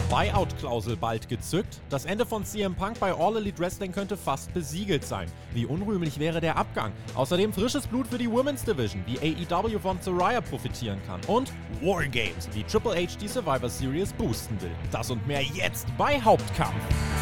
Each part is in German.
Buyout-Klausel bald gezückt? Das Ende von CM Punk bei All Elite Wrestling könnte fast besiegelt sein. Wie unrühmlich wäre der Abgang? Außerdem frisches Blut für die Women's Division, wie AEW von Saraya profitieren kann. Und Wargames, wie Triple H die Survivor Series boosten will. Das und mehr jetzt bei Hauptkampf.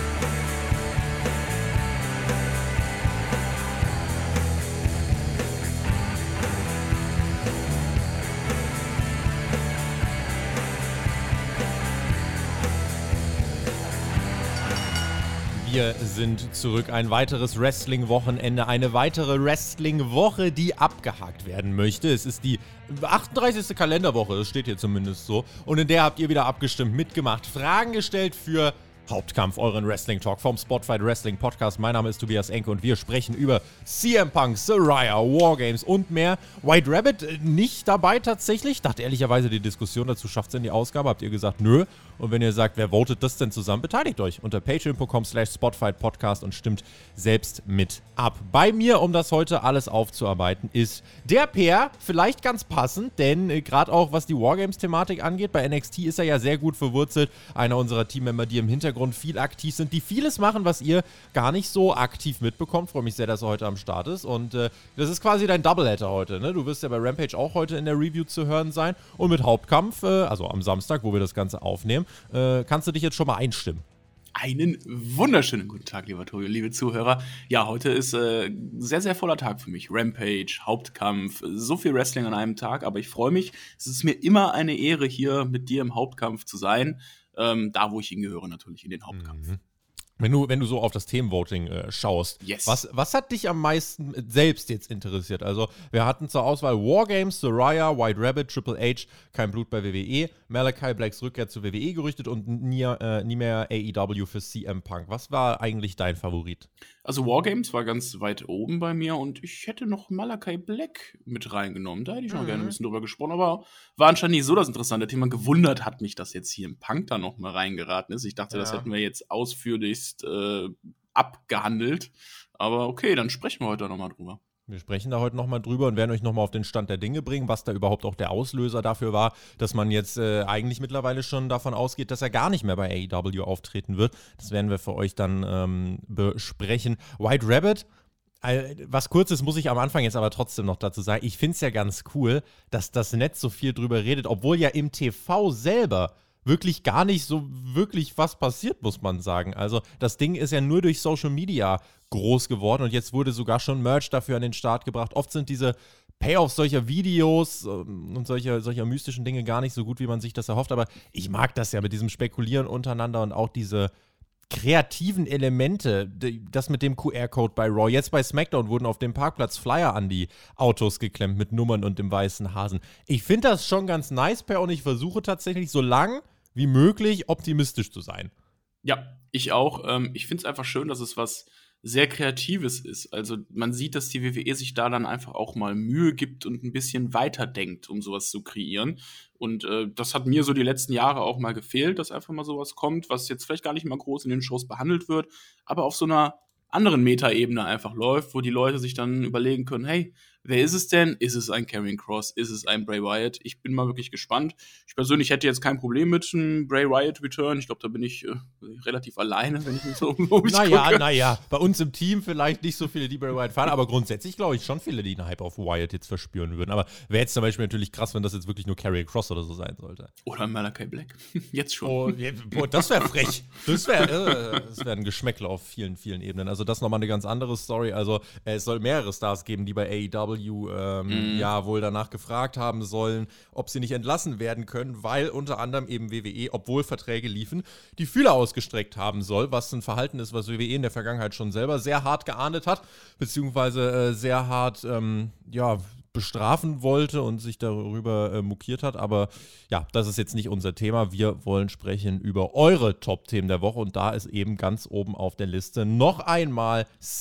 Wir sind zurück. Ein weiteres Wrestling-Wochenende, eine weitere Wrestling-Woche, die abgehakt werden möchte. Es ist die 38. Kalenderwoche, das steht hier zumindest so. Und in der habt ihr wieder abgestimmt, mitgemacht, Fragen gestellt für Hauptkampf, euren Wrestling-Talk vom Spotfight Wrestling Podcast. Mein Name ist Tobias Enke und wir sprechen über CM Punk, Saraya, Wargames und mehr. White Rabbit nicht dabei tatsächlich. Dachte ehrlicherweise, die Diskussion dazu schafft es in die Ausgabe. Habt ihr gesagt, nö. Und wenn ihr sagt, wer votet das denn zusammen, beteiligt euch unter patreon.com/spotfightpodcast und stimmt selbst mit ab. Bei mir, um das heute alles aufzuarbeiten, ist der Peer, vielleicht ganz passend, denn gerade auch was die Wargames-Thematik angeht, bei NXT ist er ja sehr gut verwurzelt. Einer unserer Teammember, die im Hintergrund viel aktiv sind, die vieles machen, was ihr gar nicht so aktiv mitbekommt. Freue mich sehr, dass er heute am Start ist. Und das ist quasi dein Doubleheader heute, ne? Du wirst ja bei Rampage auch heute in der Review zu hören sein. Und mit Hauptkampf, also am Samstag, wo wir das Ganze aufnehmen, kannst du dich jetzt schon mal einstimmen. Einen wunderschönen guten Tag, lieber Tobi, liebe Zuhörer. Ja, heute ist sehr, sehr voller Tag für mich. Rampage, Hauptkampf, so viel Wrestling an einem Tag. Aber ich freue mich. Es ist mir immer eine Ehre, hier mit dir im Hauptkampf zu sein. Da, wo ich hingehöre, natürlich, in den Hauptkampf. Mhm. Wenn du so auf das Themenvoting schaust, yes. Was hat dich am meisten selbst jetzt interessiert? Also, wir hatten zur Auswahl Wargames, Saraya, White Rabbit, Triple H, Kein Blut bei WWE, Malachi Blacks Rückkehr zu WWE gerüchtet und nie mehr AEW für CM Punk. Was war eigentlich dein Favorit? Also Wargames war ganz weit oben bei mir und ich hätte noch Malachi Black mit reingenommen. Da hätte ich noch gerne ein bisschen drüber gesprochen, aber war anscheinend nicht so das interessante Thema. Gewundert hat mich, dass jetzt CM Punk da noch mal reingeraten ist. Ich dachte, das hätten wir jetzt ausführlichst abgehandelt. Aber okay, dann sprechen wir heute noch mal drüber. Wir sprechen da heute nochmal drüber und werden euch nochmal auf den Stand der Dinge bringen, was da überhaupt auch der Auslöser dafür war, dass man jetzt eigentlich mittlerweile schon davon ausgeht, dass er gar nicht mehr bei AEW auftreten wird. Das werden wir für euch dann besprechen. White Rabbit, was Kurzes muss ich am Anfang jetzt aber trotzdem noch dazu sagen. Ich finde es ja ganz cool, dass das Netz so viel drüber redet, obwohl ja im TV selber wirklich gar nicht so wirklich was passiert, muss man sagen. Also das Ding ist ja nur durch Social Media groß geworden und jetzt wurde sogar schon Merch dafür an den Start gebracht. Oft sind diese Payoffs solcher Videos und solcher mystischen Dinge gar nicht so gut, wie man sich das erhofft, aber ich mag das ja mit diesem Spekulieren untereinander und auch diese kreativen Elemente, das mit dem QR-Code bei Raw, jetzt bei SmackDown wurden auf dem Parkplatz Flyer an die Autos geklemmt mit Nummern und dem weißen Hasen. Ich finde das schon ganz nice, Per, und ich versuche tatsächlich so lang wie möglich optimistisch zu sein. Ja, ich auch. Ich finde es einfach schön, dass es was sehr Kreatives ist. Also man sieht, dass die WWE sich da dann einfach auch mal Mühe gibt und ein bisschen weiterdenkt, um sowas zu kreieren. Und das hat mir so die letzten Jahre auch mal gefehlt, dass einfach mal sowas kommt, was jetzt vielleicht gar nicht mal groß in den Shows behandelt wird, aber auf so einer anderen Metaebene einfach läuft, wo die Leute sich dann überlegen können, hey, wer ist es denn? Ist es ein Karrion Kross? Ist es ein Bray Wyatt? Ich bin mal wirklich gespannt. Ich persönlich hätte jetzt kein Problem mit einem Bray Wyatt Return. Ich glaube, da bin ich relativ alleine, wenn ich mich so um mich gucke. Naja, bei uns im Team vielleicht nicht so viele, die Bray Wyatt fahren, aber grundsätzlich glaube ich schon viele, die einen Hype auf Wyatt jetzt verspüren würden. Aber wäre jetzt zum Beispiel natürlich krass, wenn das jetzt wirklich nur Karrion Kross oder so sein sollte. Oder Malachi Black. Jetzt schon. Oh, das wäre frech. Das wäre ein Geschmäckle auf vielen, vielen Ebenen. Also das ist nochmal eine ganz andere Story. Also es soll mehrere Stars geben, die bei AEW wohl danach gefragt haben sollen, ob sie nicht entlassen werden können, weil unter anderem eben WWE, obwohl Verträge liefen, die Fühler ausgestreckt haben soll, was ein Verhalten ist, was WWE in der Vergangenheit schon selber sehr hart geahndet hat, beziehungsweise sehr hart, bestrafen wollte und sich darüber mokiert hat, aber ja, das ist jetzt nicht unser Thema. Wir wollen sprechen über eure Top-Themen der Woche und da ist eben ganz oben auf der Liste noch einmal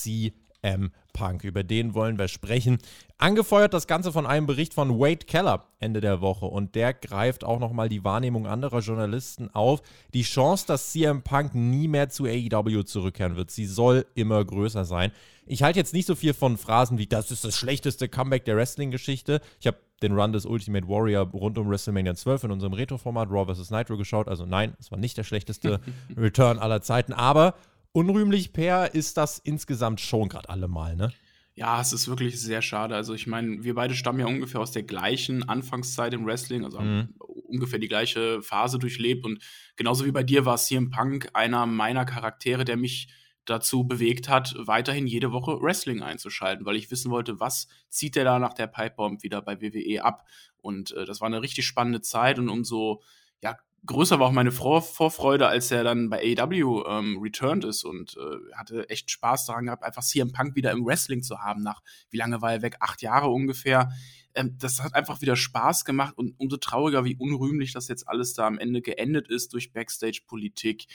CM Punk. Über den wollen wir sprechen. Angefeuert das Ganze von einem Bericht von Wade Keller Ende der Woche und der greift auch nochmal die Wahrnehmung anderer Journalisten auf. Die Chance, dass CM Punk nie mehr zu AEW zurückkehren wird, sie soll immer größer sein. Ich halte jetzt nicht so viel von Phrasen wie, das ist das schlechteste Comeback der Wrestling-Geschichte. Ich habe den Run des Ultimate Warrior rund um WrestleMania 12 in unserem Retro-Format Raw vs. Nitro geschaut. Also nein, es war nicht der schlechteste Return aller Zeiten, aber unrühmlich Per ist das insgesamt schon gerade allemal, ne? Ja, es ist wirklich sehr schade. Also ich meine, wir beide stammen ja ungefähr aus der gleichen Anfangszeit im Wrestling, also haben ungefähr die gleiche Phase durchlebt. Und genauso wie bei dir war CM Punk einer meiner Charaktere, der mich dazu bewegt hat, weiterhin jede Woche Wrestling einzuschalten, weil ich wissen wollte, was zieht der da nach der Pipebomb wieder bei WWE ab. Und das war eine richtig spannende Zeit und umso ja, größer war auch meine Vorfreude, als er dann bei AEW returned ist und hatte echt Spaß daran gehabt, einfach CM Punk wieder im Wrestling zu haben. Nach, wie lange war er weg? 8 Jahre ungefähr. Das hat einfach wieder Spaß gemacht und umso trauriger, wie unrühmlich das jetzt alles da am Ende geendet ist durch Backstage-Politik.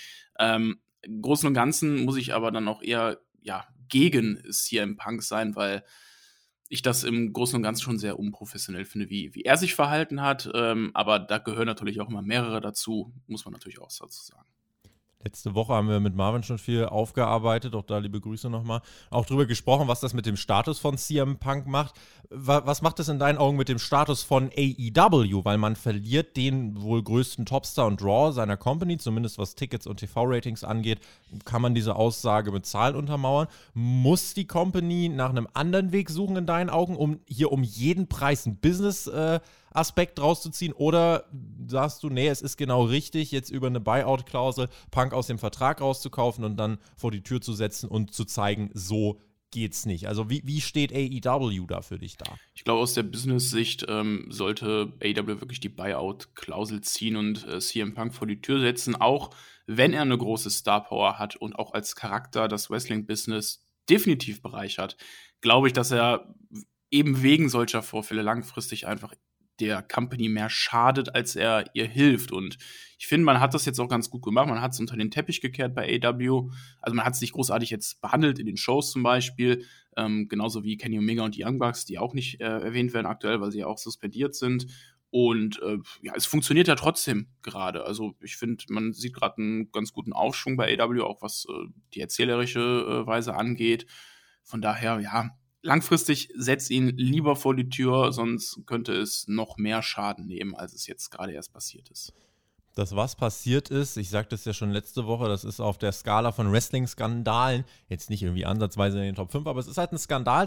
Im Großen und Ganzen muss ich aber dann auch eher gegen CM Punk sein, weil ich das im Großen und Ganzen schon sehr unprofessionell finde, wie er sich verhalten hat. Aber da gehören natürlich auch immer mehrere dazu, muss man natürlich auch dazu sagen. Letzte Woche haben wir mit Marvin schon viel aufgearbeitet, auch da liebe Grüße nochmal, auch drüber gesprochen, was das mit dem Status von CM Punk macht. Was macht das in deinen Augen mit dem Status von AEW? Weil man verliert den wohl größten Topstar und Draw seiner Company, zumindest was Tickets und TV-Ratings angeht, kann man diese Aussage mit Zahlen untermauern. Muss die Company nach einem anderen Weg suchen in deinen Augen, um hier um jeden Preis ein Business rauszuziehen, oder sagst du, nee, es ist genau richtig, jetzt über eine Buyout-Klausel Punk aus dem Vertrag rauszukaufen und dann vor die Tür zu setzen und zu zeigen, so geht's nicht. Also wie steht AEW da für dich da? Ich glaube, aus der Business-Sicht sollte AEW wirklich die Buyout-Klausel ziehen und CM Punk vor die Tür setzen, auch wenn er eine große Star-Power hat und auch als Charakter das Wrestling-Business definitiv bereichert, glaube ich, dass er eben wegen solcher Vorfälle langfristig einfach der Company mehr schadet, als er ihr hilft. Und ich finde, man hat das jetzt auch ganz gut gemacht. Man hat es unter den Teppich gekehrt bei AEW. Also man hat es nicht großartig jetzt behandelt in den Shows zum Beispiel. Genauso wie Kenny Omega und die Young Bucks, die auch nicht erwähnt werden aktuell, weil sie ja auch suspendiert sind. Und es funktioniert ja trotzdem gerade. Also ich finde, man sieht gerade einen ganz guten Aufschwung bei AEW, auch was die erzählerische Weise angeht. Von daher, ja, langfristig setzt ihn lieber vor die Tür, sonst könnte es noch mehr Schaden nehmen, als es jetzt gerade erst passiert ist. Das, was passiert ist, ich sagte es ja schon letzte Woche, das ist auf der Skala von Wrestling-Skandalen, jetzt nicht irgendwie ansatzweise in den Top 5, aber es ist halt ein Skandal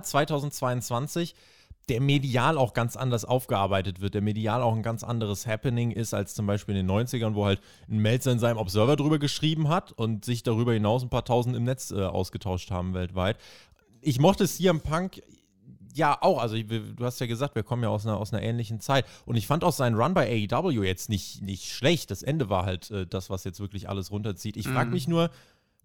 2022, der medial auch ganz anders aufgearbeitet wird, der medial auch ein ganz anderes Happening ist als zum Beispiel in den 90ern, wo halt ein Meltzer in seinem Observer drüber geschrieben hat und sich darüber hinaus ein paar Tausend im Netz ausgetauscht haben weltweit. Ich mochte CM Punk ja auch, also du hast ja gesagt, wir kommen ja aus einer ähnlichen Zeit und ich fand auch seinen Run bei AEW jetzt nicht schlecht. Das Ende war halt das, was jetzt wirklich alles runterzieht. Ich frage mich nur,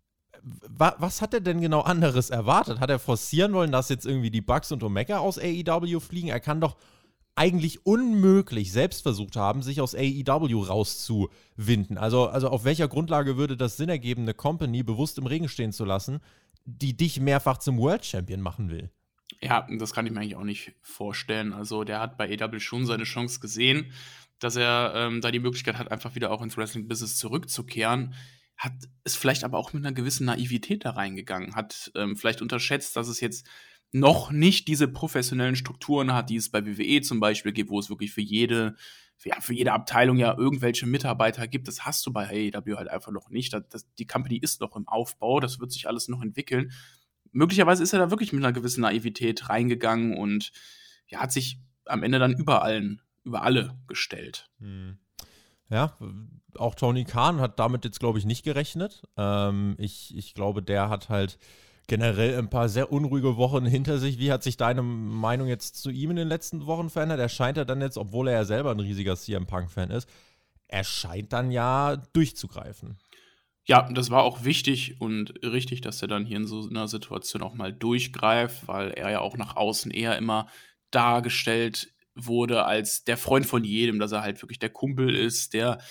was hat er denn genau anderes erwartet? Hat er forcieren wollen, dass jetzt irgendwie die Bucks und Omega aus AEW fliegen? Er kann doch eigentlich unmöglich selbst versucht haben, sich aus AEW rauszuwinden. Also auf welcher Grundlage würde das Sinn ergeben, eine Company bewusst im Regen stehen zu lassen, die dich mehrfach zum World Champion machen will? Ja, das kann ich mir eigentlich auch nicht vorstellen. Also der hat bei AEW schon seine Chance gesehen, dass er da die Möglichkeit hat, einfach wieder auch ins Wrestling-Business zurückzukehren. Ist vielleicht aber auch mit einer gewissen Naivität da reingegangen. Hat vielleicht unterschätzt, dass es jetzt noch nicht diese professionellen Strukturen hat, die es bei WWE zum Beispiel gibt, wo es wirklich für jede Abteilung ja irgendwelche Mitarbeiter gibt. Das hast du bei AEW halt einfach noch nicht. Die Company ist noch im Aufbau, das wird sich alles noch entwickeln. Möglicherweise ist er da wirklich mit einer gewissen Naivität reingegangen und ja, hat sich am Ende dann über alle gestellt. Ja, auch Tony Khan hat damit jetzt, glaube ich, nicht gerechnet. Ich glaube, der hat halt generell ein paar sehr unruhige Wochen hinter sich. Wie hat sich deine Meinung jetzt zu ihm in den letzten Wochen verändert? Er scheint ja dann jetzt, obwohl er ja selber ein riesiger CM Punk-Fan ist, er scheint dann ja durchzugreifen. Ja, das war auch wichtig und richtig, dass er dann hier in so einer Situation auch mal durchgreift, weil er ja auch nach außen eher immer dargestellt wurde als der Freund von jedem, dass er halt wirklich der Kumpel ist, der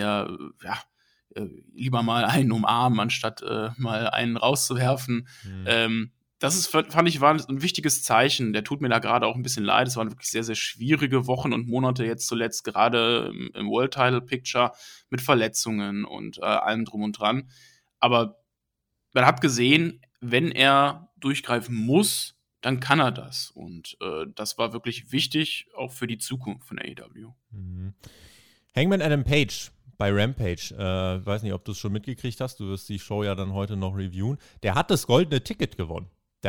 lieber mal einen umarmen, anstatt mal einen rauszuwerfen. War ein wichtiges Zeichen. Der tut mir da gerade auch ein bisschen leid. Es waren wirklich sehr, sehr schwierige Wochen und Monate jetzt zuletzt, gerade im World Title Picture mit Verletzungen und allem drum und dran. Aber man hat gesehen, wenn er durchgreifen muss, dann kann er das. Und das war wirklich wichtig, auch für die Zukunft von AEW. Mhm. Hangman Adam Page bei Rampage, weiß nicht, ob du es schon mitgekriegt hast, du wirst die Show ja dann heute noch reviewen, der hat das goldene Ticket gewonnen.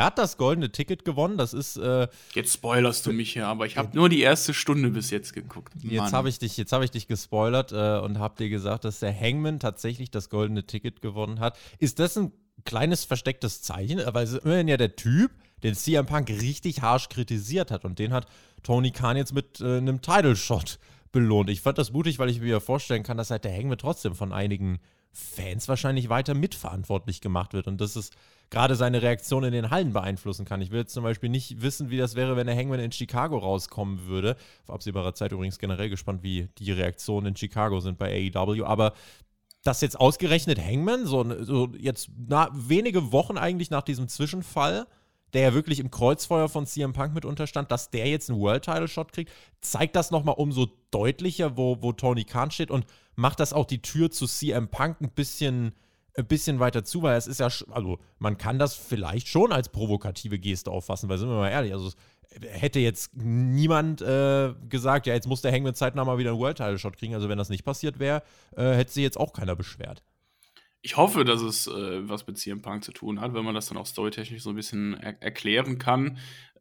Das ist. Jetzt spoilerst du mich ja, aber ich habe nur die erste Stunde bis jetzt geguckt. Jetzt habe ich dich gespoilert und habe dir gesagt, dass der Hangman tatsächlich das goldene Ticket gewonnen hat. Ist das ein kleines verstecktes Zeichen? Weil es ist immerhin ja der Typ, den CM Punk richtig harsch kritisiert hat. Und den hat Tony Khan jetzt mit einem Title-Shot belohnt. Ich fand das mutig, weil ich mir ja vorstellen kann, dass halt der Hangman trotzdem von einigen Fans wahrscheinlich weiter mitverantwortlich gemacht wird. Und dass es gerade seine Reaktion in den Hallen beeinflussen kann. Ich will jetzt zum Beispiel nicht wissen, wie das wäre, wenn der Hangman in Chicago rauskommen würde. Auf absehbarer Zeit übrigens generell gespannt, wie die Reaktionen in Chicago sind bei AEW. Aber dass jetzt ausgerechnet Hangman, so jetzt wenige Wochen eigentlich nach diesem Zwischenfall, der ja wirklich im Kreuzfeuer von CM Punk mit unterstand, dass der jetzt einen World-Title-Shot kriegt, zeigt das nochmal umso deutlicher, wo Tony Khan steht und macht das auch die Tür zu CM Punk ein bisschen weiter zu, weil es ist ja, also man kann das vielleicht schon als provokative Geste auffassen, weil sind wir mal ehrlich, also hätte jetzt niemand gesagt, ja, jetzt muss der Hangman zeitnah mal wieder einen World-Title-Shot kriegen, also wenn das nicht passiert wäre, hätte sich jetzt auch keiner beschwert. Ich hoffe, dass es was mit CM Punk zu tun hat, wenn man das dann auch storytechnisch so ein bisschen erklären kann.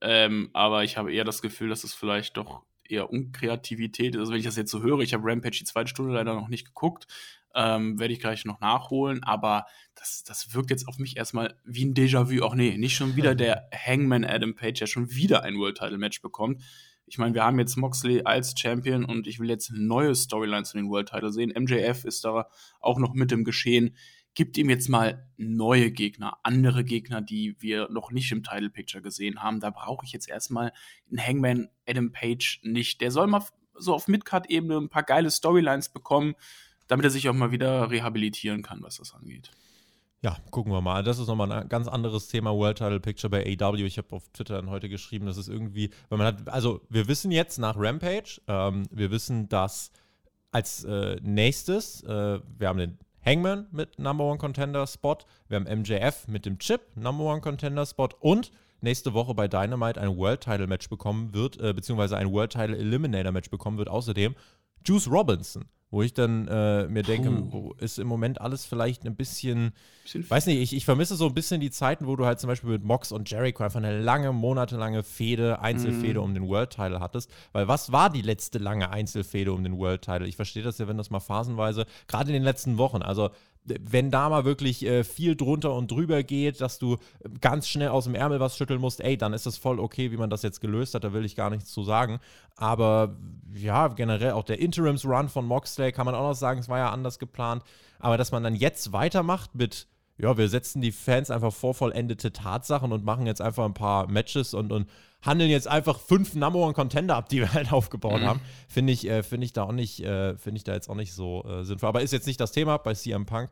Aber ich habe eher das Gefühl, dass es vielleicht doch eher Unkreativität ist. Also wenn ich das jetzt so höre, ich habe Rampage die zweite Stunde leider noch nicht geguckt, werde ich gleich noch nachholen. Aber das wirkt jetzt auf mich erstmal wie ein Déjà-vu. Auch nee, nicht schon wieder der Hangman Adam Page, der schon wieder ein World-Title-Match bekommt. Ich meine, wir haben jetzt Moxley als Champion und ich will jetzt neue Storylines zu den World Title sehen. MJF ist da auch noch mit im Geschehen. Gibt ihm jetzt mal neue Gegner, andere Gegner, die wir noch nicht im Title Picture gesehen haben. Da brauche ich jetzt erstmal einen Hangman Adam Page nicht. Der soll mal so auf Midcard-Ebene ein paar geile Storylines bekommen, damit er sich auch mal wieder rehabilitieren kann, was das angeht. Ja, gucken wir mal. Das ist nochmal ein ganz anderes Thema, World Title Picture bei AEW. Ich habe auf Twitter dann heute geschrieben, dass es irgendwie, weil man hat, also wir wissen jetzt nach Rampage, wir wissen, dass als nächstes, wir haben den Hangman mit Number One Contender Spot, wir haben MJF mit dem Chip, Number One Contender Spot und nächste Woche bei Dynamite ein World Title Match bekommen wird, beziehungsweise ein World Title Eliminator Match bekommen wird, außerdem Juice Robinson. Wo ich dann mir denke, ist im Moment alles vielleicht ein bisschen weiß nicht, ich vermisse so ein bisschen die Zeiten, wo du halt zum Beispiel mit Mox und Jericho einfach eine lange, monatelange Einzelfehde um den World Title hattest. Weil was war die letzte lange Einzelfehde um den World Title? Ich verstehe das ja, wenn das mal phasenweise, gerade in den letzten Wochen, also wenn da mal wirklich viel drunter und drüber geht, dass du ganz schnell aus dem Ärmel was schütteln musst, dann ist das voll okay, wie man das jetzt gelöst hat, da will ich gar nichts zu sagen. Aber ja, generell auch der Interims-Run von Moxley, kann man auch noch sagen, es war ja anders geplant. Aber dass man dann jetzt weitermacht mit, ja, wir setzen die Fans einfach vor vollendete Tatsachen und machen jetzt einfach ein paar Matches und handeln jetzt einfach 5 Number One Contender ab, die wir halt aufgebaut haben, finde ich da jetzt auch nicht so sinnvoll. Aber ist jetzt nicht das Thema bei CM Punk.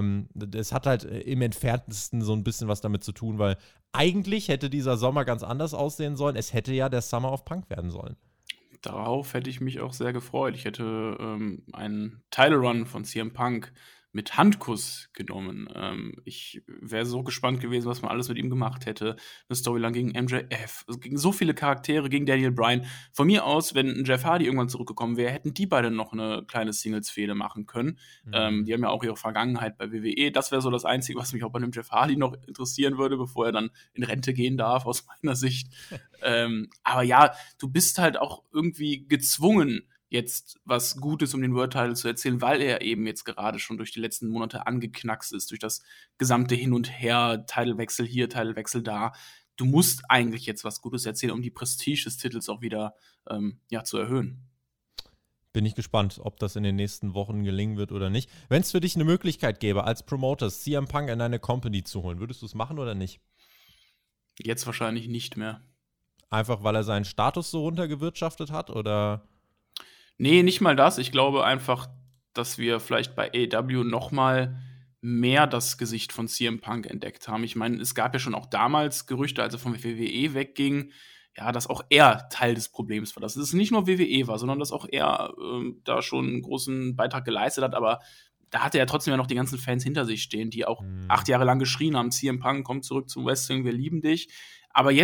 Es hat halt im Entferntesten so ein bisschen was damit zu tun, weil eigentlich hätte dieser Sommer ganz anders aussehen sollen. Es hätte ja der Summer of Punk werden sollen. Darauf hätte ich mich auch sehr gefreut. Ich hätte einen Title Run von CM Punk mit Handkuss genommen. Ich wäre so gespannt gewesen, was man alles mit ihm gemacht hätte. Eine Storyline gegen MJF, also gegen so viele Charaktere, gegen Daniel Bryan. Von mir aus, wenn Jeff Hardy irgendwann zurückgekommen wäre, hätten die beide noch eine kleine Singles-Fehde machen können. Die haben ja auch ihre Vergangenheit bei WWE. Das wäre so das Einzige, was mich auch bei dem Jeff Hardy noch interessieren würde, bevor er dann in Rente gehen darf, aus meiner Sicht. Aber ja, du bist halt auch irgendwie gezwungen, jetzt was Gutes um den World Title zu erzählen, weil er eben jetzt gerade schon durch die letzten Monate angeknackst ist, durch das gesamte Hin und Her, Titelwechsel hier, Titelwechsel da. Du musst eigentlich jetzt was Gutes erzählen, um die Prestige des Titels auch wieder zu erhöhen. Bin ich gespannt, ob das in den nächsten Wochen gelingen wird oder nicht. Wenn es für dich eine Möglichkeit gäbe, als Promoter CM Punk in deine Company zu holen, würdest du es machen oder nicht? Jetzt wahrscheinlich nicht mehr. Einfach, weil er seinen Status so runtergewirtschaftet hat, oder? Nee, nicht mal das. Ich glaube einfach, dass wir vielleicht bei AEW noch mal mehr das Gesicht von CM Punk entdeckt haben. Ich meine, es gab ja schon auch damals Gerüchte, als er von WWE wegging, ja, dass auch er Teil des Problems war. Dass es nicht nur WWE war, sondern dass auch er da schon einen großen Beitrag geleistet hat. Aber da hatte er trotzdem ja noch die ganzen Fans hinter sich stehen, die auch 8 Jahre lang geschrien haben, CM Punk, komm zurück zum Wrestling, wir lieben dich. Aber jetzt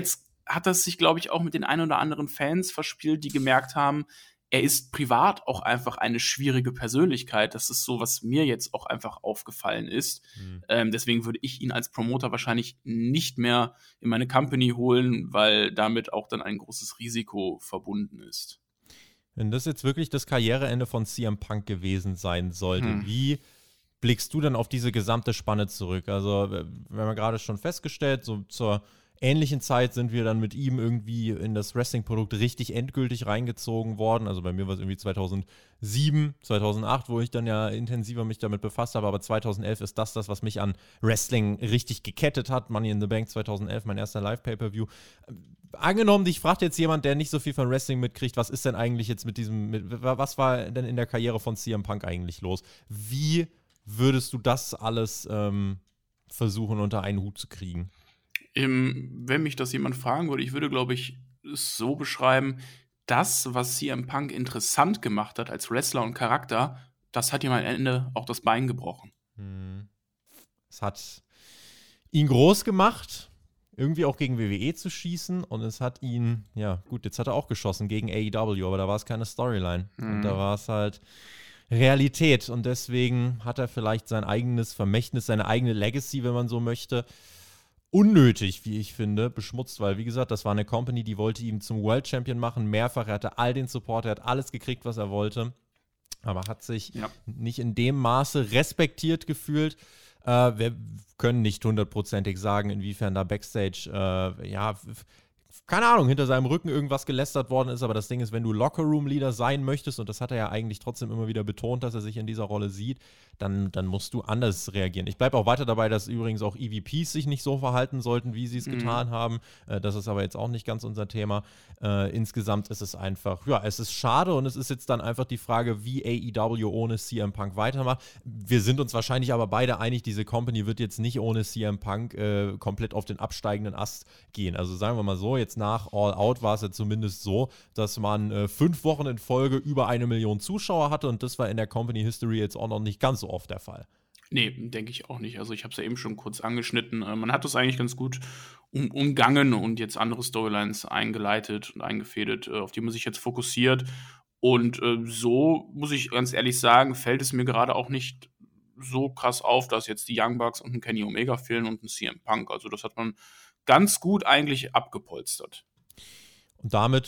hat das sich, glaube ich, auch mit den ein oder anderen Fans verspielt, die gemerkt haben, er ist privat auch einfach eine schwierige Persönlichkeit. Das ist so, was mir jetzt auch einfach aufgefallen ist. Deswegen würde ich ihn als Promoter wahrscheinlich nicht mehr in meine Company holen, weil damit auch dann ein großes Risiko verbunden ist. Wenn das jetzt wirklich das Karriereende von CM Punk gewesen sein sollte, wie blickst du dann auf diese gesamte Spanne zurück? Also, wir haben ja gerade schon festgestellt, so zur ähnlichen Zeit sind wir dann mit ihm irgendwie in das Wrestling-Produkt richtig endgültig reingezogen worden. Also bei mir war es irgendwie 2007, 2008, wo ich dann ja intensiver mich damit befasst habe. Aber 2011 ist das, was mich an Wrestling richtig gekettet hat. Money in the Bank 2011, mein erster Live-Pay-Per-View. Angenommen, dich fragt jetzt jemand, der nicht so viel von Wrestling mitkriegt, was ist denn eigentlich jetzt was war denn in der Karriere von CM Punk eigentlich los? Wie würdest du das alles versuchen, unter einen Hut zu kriegen? Wenn mich das jemand fragen würde, ich würde, glaube ich, es so beschreiben, das, was CM Punk interessant gemacht hat als Wrestler und Charakter, das hat ihm am Ende auch das Bein gebrochen. Es hat ihn groß gemacht, irgendwie auch gegen WWE zu schießen, und es hat ihn, ja gut, jetzt hat er auch geschossen gegen AEW, aber da war es keine Storyline. Und da war es halt Realität, und deswegen hat er vielleicht sein eigenes Vermächtnis, seine eigene Legacy, wenn man so möchte, unnötig, wie ich finde, beschmutzt, weil, wie gesagt, das war eine Company, die wollte ihn zum World Champion machen, mehrfach, er hatte all den Support, er hat alles gekriegt, was er wollte, aber hat sich nicht in dem Maße respektiert gefühlt. Wir können nicht hundertprozentig sagen, inwiefern da Backstage, keine Ahnung, hinter seinem Rücken irgendwas gelästert worden ist, aber das Ding ist, wenn du Locker-Room-Leader sein möchtest, und das hat er ja eigentlich trotzdem immer wieder betont, dass er sich in dieser Rolle sieht, dann musst du anders reagieren. Ich bleibe auch weiter dabei, dass übrigens auch EVPs sich nicht so verhalten sollten, wie sie es getan haben. Das ist aber jetzt auch nicht ganz unser Thema. Insgesamt ist es einfach, es ist schade, und es ist jetzt dann einfach die Frage, wie AEW ohne CM Punk weitermacht. Wir sind uns wahrscheinlich aber beide einig, diese Company wird jetzt nicht ohne CM Punk komplett auf den absteigenden Ast gehen. Also sagen wir mal so, jetzt nach All Out war es ja zumindest so, dass man 5 Wochen in Folge über 1 Million Zuschauer hatte, und das war in der Company History jetzt auch noch nicht ganz so oft der Fall. Nee, denke ich auch nicht. Also ich habe es ja eben schon kurz angeschnitten. Man hat das eigentlich ganz gut umgangen und jetzt andere Storylines eingeleitet und eingefädelt, auf die man sich jetzt fokussiert. Und so, muss ich ganz ehrlich sagen, fällt es mir gerade auch nicht so krass auf, dass jetzt die Young Bucks und ein Kenny Omega fehlen und ein CM Punk. Also das hat man ganz gut eigentlich abgepolstert. Und damit,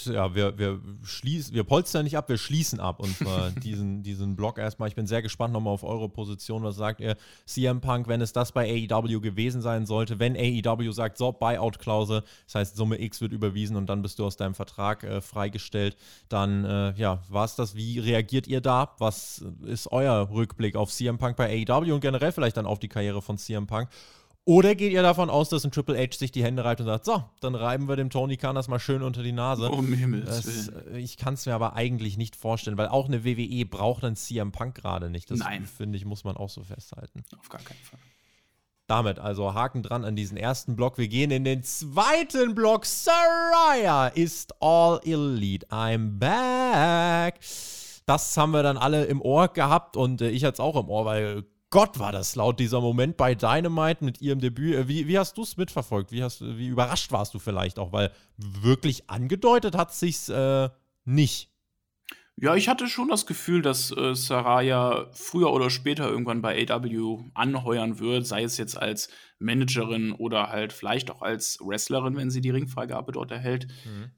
wir polstern nicht ab, wir schließen ab. Und zwar diesen Blog erstmal. Ich bin sehr gespannt nochmal auf eure Position. Was sagt ihr? CM Punk, wenn es das bei AEW gewesen sein sollte, wenn AEW sagt, so, Buyout-Klausel, das heißt, Summe X wird überwiesen und dann bist du aus deinem Vertrag freigestellt, dann, war es das. Wie reagiert ihr da? Was ist euer Rückblick auf CM Punk bei AEW und generell vielleicht dann auf die Karriere von CM Punk? Oder geht ihr davon aus, dass ein Triple H sich die Hände reibt und sagt, so, dann reiben wir dem Tony Khan das mal schön unter die Nase? Um Himmels Willen. Ich kann es mir aber eigentlich nicht vorstellen, weil auch eine WWE braucht einen CM Punk gerade nicht. Das, finde ich, muss man auch so festhalten. Auf gar keinen Fall. Damit also Haken dran an diesen ersten Block. Wir gehen in den zweiten Block. Saraya ist All Elite. I'm back. Das haben wir dann alle im Ohr gehabt, und ich hatte es auch im Ohr, weil Gott, war das laut, dieser Moment bei Dynamite mit ihrem Debüt. Wie hast du es mitverfolgt? Wie überrascht warst du vielleicht auch? Weil wirklich angedeutet hat es sich nicht. Ja, ich hatte schon das Gefühl, dass Saraya früher oder später irgendwann bei AEW anheuern wird, sei es jetzt als Managerin oder halt vielleicht auch als Wrestlerin, wenn sie die Ringfreigabe dort erhält,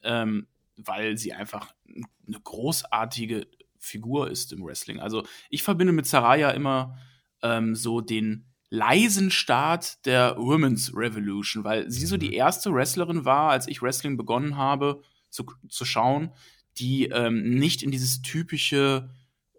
weil sie einfach eine großartige Figur ist im Wrestling. Also ich verbinde mit Saraya immer so den leisen Start der Women's Revolution, weil sie so die erste Wrestlerin war, als ich Wrestling begonnen habe zu schauen, die nicht in dieses typische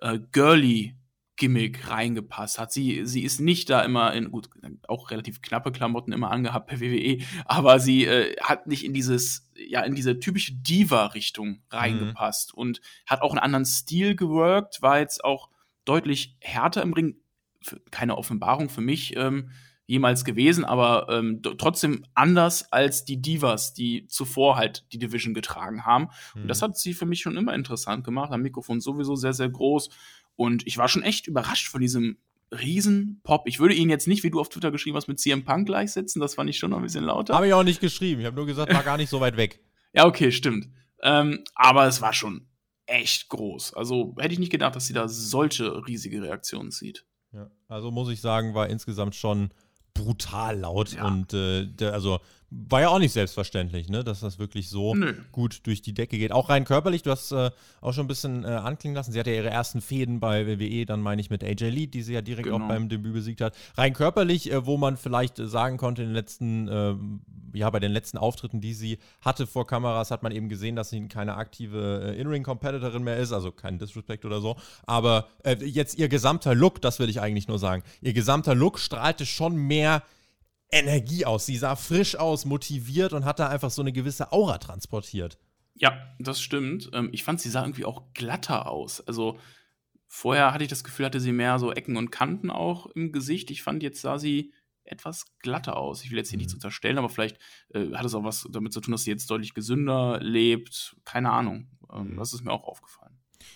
Girly-Gimmick reingepasst hat. Sie ist nicht da immer auch relativ knappe Klamotten immer angehabt per WWE, aber sie hat nicht in diese typische Diva-Richtung reingepasst und hat auch einen anderen Stil geworkt, war jetzt auch deutlich härter im Ring. Keine Offenbarung für mich jemals gewesen, aber trotzdem anders als die Divas, die zuvor halt die Division getragen haben. Und das hat sie für mich schon immer interessant gemacht. Am Mikrofon sowieso sehr, sehr groß. Und ich war schon echt überrascht von diesem Riesen-Pop. Ich würde ihn jetzt nicht, wie du auf Twitter geschrieben hast, mit CM Punk gleichsetzen. Das fand ich schon noch ein bisschen lauter. Habe ich auch nicht geschrieben. Ich habe nur gesagt, war gar nicht so weit weg. Ja, okay, stimmt. Aber es war schon echt groß. Also hätte ich nicht gedacht, dass sie da solche riesige Reaktionen zieht. Ja, also muss ich sagen, war insgesamt schon brutal laut. Ja. Und also war ja auch nicht selbstverständlich, ne, dass das wirklich so gut durch die Decke geht. Auch rein körperlich, du hast auch schon ein bisschen anklingen lassen. Sie hatte ja ihre ersten Fehden bei WWE, dann meine ich mit AJ Lee, die sie ja direkt auch beim Debüt besiegt hat. Rein körperlich, wo man vielleicht sagen konnte, in den letzten, bei den letzten Auftritten, die sie hatte vor Kameras, hat man eben gesehen, dass sie keine aktive In-Ring-Competitorin mehr ist, also kein Disrespect oder so. Aber jetzt ihr gesamter Look, das will ich eigentlich nur sagen, ihr gesamter Look strahlte schon mehr Energie aus. Sie sah frisch aus, motiviert und hat da einfach so eine gewisse Aura transportiert. Ja, das stimmt. Ich fand, sie sah irgendwie auch glatter aus. Also vorher hatte ich das Gefühl, hatte sie mehr so Ecken und Kanten auch im Gesicht. Ich fand, jetzt sah sie etwas glatter aus. Ich will jetzt hier nichts unterstellen, aber vielleicht hat es auch was damit zu tun, dass sie jetzt deutlich gesünder lebt. Keine Ahnung. Das ist mir auch aufgefallen.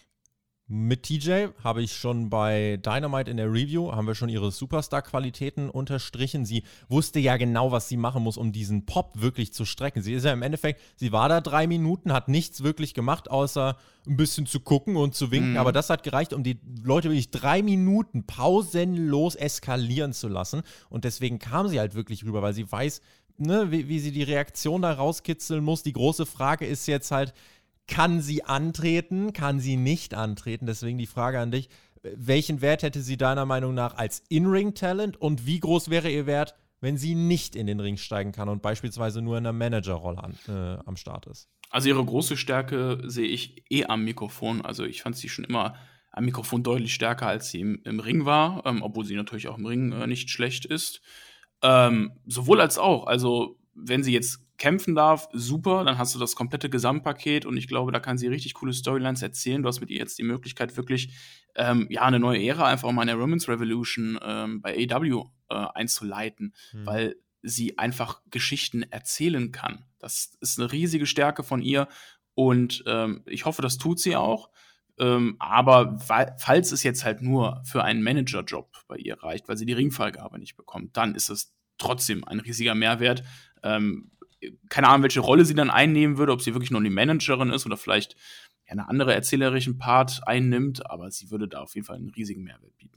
Mit TJ habe ich schon bei Dynamite in der Review, haben wir schon ihre Superstar-Qualitäten unterstrichen. Sie wusste ja genau, was sie machen muss, um diesen Pop wirklich zu strecken. Sie ist ja im Endeffekt, sie war da 3 Minuten, hat nichts wirklich gemacht, außer ein bisschen zu gucken und zu winken. Aber das hat gereicht, um die Leute wirklich 3 Minuten pausenlos eskalieren zu lassen. Und deswegen kam sie halt wirklich rüber, weil sie weiß, ne, wie sie die Reaktion da rauskitzeln muss. Die große Frage ist jetzt halt, kann sie antreten, kann sie nicht antreten? Deswegen die Frage an dich, welchen Wert hätte sie deiner Meinung nach als In-Ring-Talent und wie groß wäre ihr Wert, wenn sie nicht in den Ring steigen kann und beispielsweise nur in einer Managerrolle am Start ist? Also ihre große Stärke sehe ich am Mikrofon. Also ich fand sie schon immer am Mikrofon deutlich stärker, als sie im Ring war, obwohl sie natürlich auch im Ring nicht schlecht ist. Sowohl als auch. Also wenn sie jetzt kämpfen darf, super, dann hast du das komplette Gesamtpaket und ich glaube, da kann sie richtig coole Storylines erzählen. Du hast mit ihr jetzt die Möglichkeit, wirklich eine neue Ära einfach mal in der Women's Revolution bei AEW einzuleiten, weil sie einfach Geschichten erzählen kann. Das ist eine riesige Stärke von ihr und ich hoffe, das tut sie auch. Aber falls es jetzt halt nur für einen Managerjob bei ihr reicht, weil sie die Ringfreigabe nicht bekommt, dann ist es trotzdem ein riesiger Mehrwert. Keine Ahnung, welche Rolle sie dann einnehmen würde, ob sie wirklich nur die Managerin ist oder vielleicht eine andere erzählerischen Part einnimmt, aber sie würde da auf jeden Fall einen riesigen Mehrwert bieten.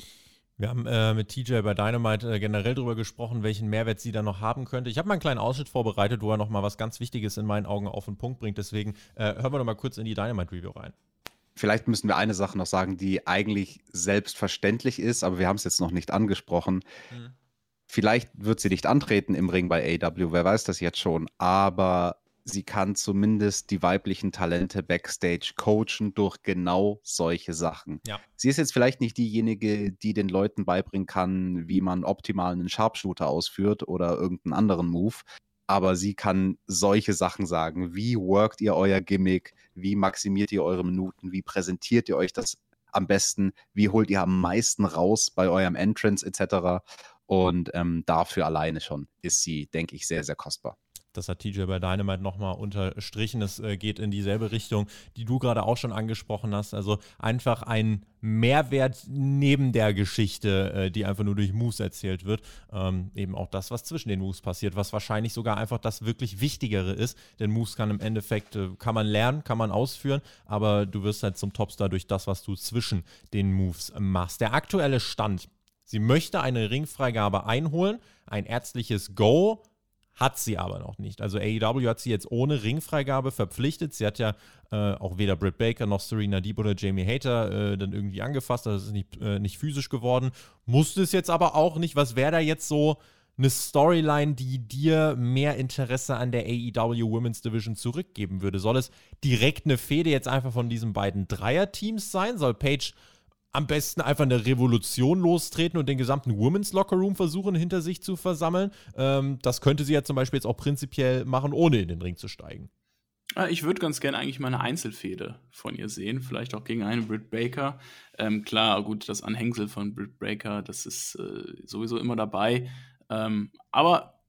Wir haben mit TJ bei Dynamite generell darüber gesprochen, welchen Mehrwert sie da noch haben könnte. Ich habe mal einen kleinen Ausschnitt vorbereitet, wo er noch mal was ganz Wichtiges in meinen Augen auf den Punkt bringt. Deswegen hören wir noch mal kurz in die Dynamite-Review rein. Vielleicht müssen wir eine Sache noch sagen, die eigentlich selbstverständlich ist, aber wir haben es jetzt noch nicht angesprochen. Vielleicht wird sie nicht antreten im Ring bei AEW, wer weiß das jetzt schon, aber sie kann zumindest die weiblichen Talente backstage coachen durch genau solche Sachen. Ja. Sie ist jetzt vielleicht nicht diejenige, die den Leuten beibringen kann, wie man optimal einen Sharpshooter ausführt oder irgendeinen anderen Move, aber sie kann solche Sachen sagen. Wie workt ihr euer Gimmick? Wie maximiert ihr eure Minuten? Wie präsentiert ihr euch das am besten? Wie holt ihr am meisten raus bei eurem Entrance etc.? Und dafür alleine schon ist sie, denke ich, sehr, sehr kostbar. Das hat TJ bei Dynamite nochmal unterstrichen. Es geht in dieselbe Richtung, die du gerade auch schon angesprochen hast. Also einfach ein Mehrwert neben der Geschichte, die einfach nur durch Moves erzählt wird. Eben auch das, was zwischen den Moves passiert, was wahrscheinlich sogar einfach das wirklich Wichtigere ist. Denn Moves kann im Endeffekt, kann man lernen, kann man ausführen, aber du wirst halt zum Topstar durch das, was du zwischen den Moves machst. Der aktuelle Stand: Sie möchte eine Ringfreigabe einholen, ein ärztliches Go hat sie aber noch nicht. Also AEW hat sie jetzt ohne Ringfreigabe verpflichtet. Sie hat ja auch weder Britt Baker noch Serena Deeb oder Jamie Hayter dann irgendwie angefasst. Das ist nicht physisch geworden. Musste es jetzt aber auch nicht. Was wäre da jetzt so eine Storyline, die dir mehr Interesse an der AEW Women's Division zurückgeben würde? Soll es direkt eine Fehde jetzt einfach von diesen beiden Dreier-Teams sein? Soll Paige am besten einfach eine Revolution lostreten und den gesamten Women's Locker Room versuchen, hinter sich zu versammeln? Das könnte sie ja zum Beispiel jetzt auch prinzipiell machen, ohne in den Ring zu steigen. Ich würde ganz gerne eigentlich mal eine Einzelfehde von ihr sehen, vielleicht auch gegen einen Britt Baker. Klar, gut, das Anhängsel von Britt Baker, das ist sowieso immer dabei. Aber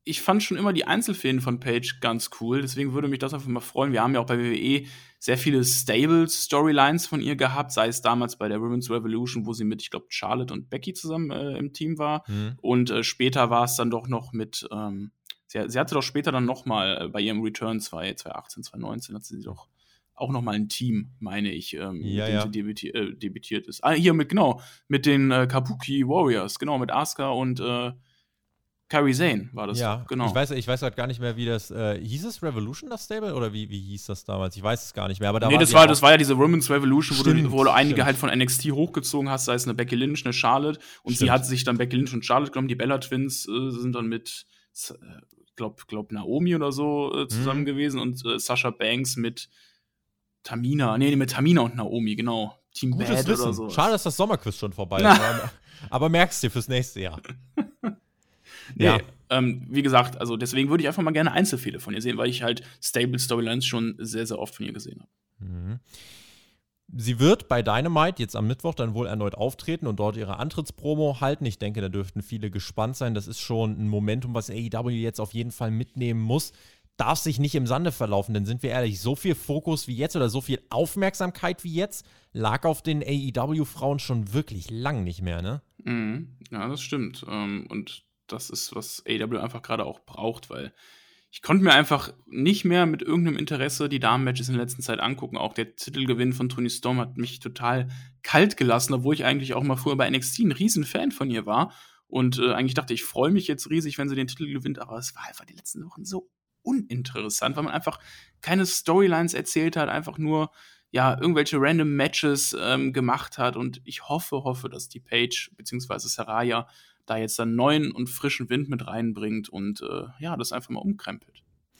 ich fand schon immer die Einzelfäden von Paige ganz cool, deswegen würde mich das einfach mal freuen. Wir haben ja auch bei WWE sehr viele Stable-Storylines von ihr gehabt, sei es damals bei der Women's Revolution, wo sie mit, ich glaube, Charlotte und Becky zusammen im Team war. Und später war es dann doch noch mit, sie hatte doch später dann noch mal bei ihrem Return 2018, 2019, hat sie doch auch noch mal ein Team, meine ich, mit dem sie debütiert ist. Hier mit den Kabuki Warriors, genau, mit Asuka und Kairi Sane war das. Ja, doch, genau. Ich weiß halt gar nicht mehr, wie das, hieß es Revolution, das Stable? Oder wie hieß das damals? Ich weiß es gar nicht mehr. Aber das war ja diese Women's Revolution, wo du einige halt von NXT hochgezogen hast, sei es eine Becky Lynch, eine Charlotte. Und sie hat sich dann Becky Lynch und Charlotte genommen. Die Bella Twins sind dann mit, glaub Naomi oder so zusammen gewesen. Und Sasha Banks mit Tamina. Nee, mit Tamina und Naomi, genau. Team Gutes Bad Wissen. oder so. Schade, dass das Sommerquiz schon vorbei ist. aber merkst du fürs nächste Jahr. Nee, wie gesagt, also deswegen würde ich einfach mal gerne Einzelfälle von ihr sehen, weil ich halt Stable Storylines schon sehr, sehr oft von ihr gesehen habe. Sie wird bei Dynamite jetzt am Mittwoch dann wohl erneut auftreten und dort ihre Antrittspromo halten. Ich denke, da dürften viele gespannt sein. Das ist schon ein Momentum, was AEW jetzt auf jeden Fall mitnehmen muss. Darf sich nicht im Sande verlaufen, denn sind wir ehrlich, so viel Fokus wie jetzt oder so viel Aufmerksamkeit wie jetzt lag auf den AEW-Frauen schon wirklich lang nicht mehr, ne? Ja, das stimmt. Und das ist, was AEW einfach gerade auch braucht, weil ich konnte mir einfach nicht mehr mit irgendeinem Interesse die Damen-Matches in der letzten Zeit angucken. Auch der Titelgewinn von Toni Storm hat mich total kalt gelassen, obwohl ich eigentlich auch mal früher bei NXT ein Riesenfan von ihr war und eigentlich dachte, ich freue mich jetzt riesig, wenn sie den Titel gewinnt, aber es war einfach die letzten Wochen so uninteressant, weil man einfach keine Storylines erzählt hat, einfach nur irgendwelche random Matches gemacht hat und ich hoffe, dass die Paige bzw. Saraya da jetzt dann neuen und frischen Wind mit reinbringt und das einfach mal umkrempelt.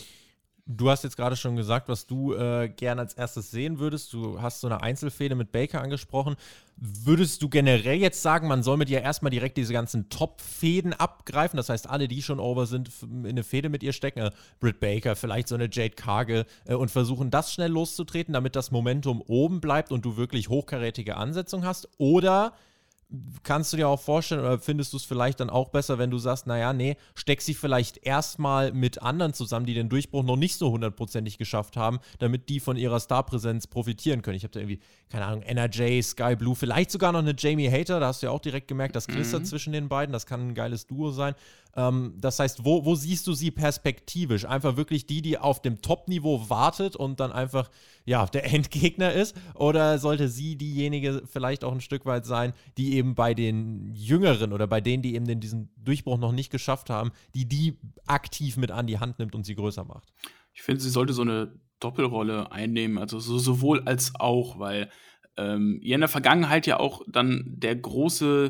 Du hast jetzt gerade schon gesagt, was du gern als erstes sehen würdest. Du hast so eine Einzelfehde mit Baker angesprochen. Würdest du generell jetzt sagen, man soll mit ihr erstmal direkt diese ganzen Top-Fäden abgreifen? Das heißt, alle, die schon over sind, in eine Fehde mit ihr stecken. Britt Baker, vielleicht so eine Jade Cargill und versuchen, das schnell loszutreten, damit das Momentum oben bleibt und du wirklich hochkarätige Ansetzung hast? Oder kannst du dir auch vorstellen, oder findest du es vielleicht dann auch besser, wenn du sagst, steck sie vielleicht erstmal mit anderen zusammen, die den Durchbruch noch nicht so hundertprozentig geschafft haben, damit die von ihrer Starpräsenz profitieren können. Ich habe da irgendwie, keine Ahnung, NRJ, Sky Blue, vielleicht sogar noch eine Jamie Hater, da hast du ja auch direkt gemerkt, das knistert zwischen den beiden, das kann ein geiles Duo sein. Das heißt, wo siehst du sie perspektivisch? Einfach wirklich die auf dem Top-Niveau wartet und dann einfach, der Endgegner ist? Oder sollte sie diejenige vielleicht auch ein Stück weit sein, die eben bei den Jüngeren oder bei denen, die eben diesen Durchbruch noch nicht geschafft haben, die aktiv mit an die Hand nimmt und sie größer macht? Ich finde, sie sollte so eine Doppelrolle einnehmen, also sowohl als auch, weil ihr in der Vergangenheit ja auch dann der große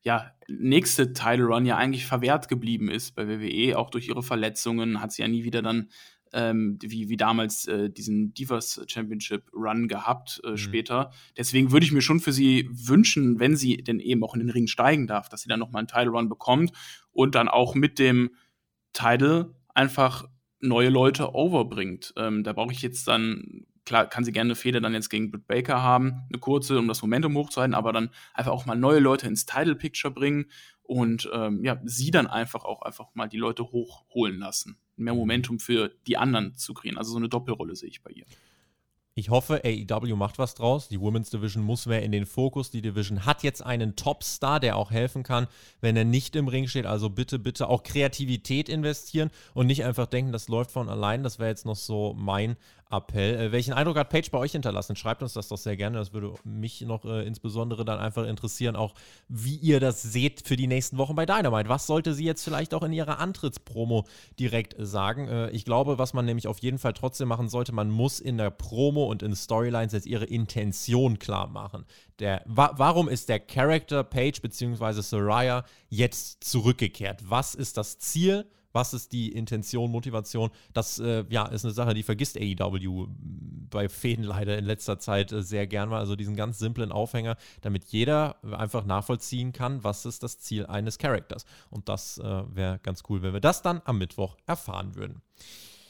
nächste Title Run ja eigentlich verwehrt geblieben ist bei WWE, auch durch ihre Verletzungen hat sie ja nie wieder dann wie damals diesen Divas Championship Run gehabt später. Deswegen würde ich mir schon für sie wünschen, wenn sie denn eben auch in den Ring steigen darf, dass sie dann nochmal einen Title Run bekommt und dann auch mit dem Title einfach neue Leute overbringt. Da brauche ich jetzt dann, klar, kann sie gerne eine Fehde dann jetzt gegen Britt Baker haben, eine kurze, um das Momentum hochzuhalten, aber dann einfach auch mal neue Leute ins Title Picture bringen und sie dann einfach mal die Leute hochholen lassen. Mehr Momentum für die anderen zu kriegen. Also so eine Doppelrolle sehe ich bei ihr. Ich hoffe, AEW macht was draus. Die Women's Division muss mehr in den Fokus. Die Division hat jetzt einen Topstar, der auch helfen kann, wenn er nicht im Ring steht. Also bitte, bitte auch Kreativität investieren und nicht einfach denken, das läuft von allein. Das wäre jetzt noch so mein Appell. Welchen Eindruck hat Paige bei euch hinterlassen? Schreibt uns das doch sehr gerne. Das würde mich noch insbesondere dann einfach interessieren, auch wie ihr das seht für die nächsten Wochen bei Dynamite. Was sollte sie jetzt vielleicht auch in ihrer Antrittspromo direkt sagen? Ich glaube, was man nämlich auf jeden Fall trotzdem machen sollte, man muss in der Promo und in Storylines jetzt ihre Intention klar machen. Warum ist der Charakter Paige bzw. Saraya jetzt zurückgekehrt? Was ist das Ziel? Was ist die Intention, Motivation? Das ist eine Sache, die vergisst AEW bei Fäden leider in letzter Zeit sehr gern mal. Also diesen ganz simplen Aufhänger, damit jeder einfach nachvollziehen kann, was ist das Ziel eines Charakters. Und das wäre ganz cool, wenn wir das dann am Mittwoch erfahren würden.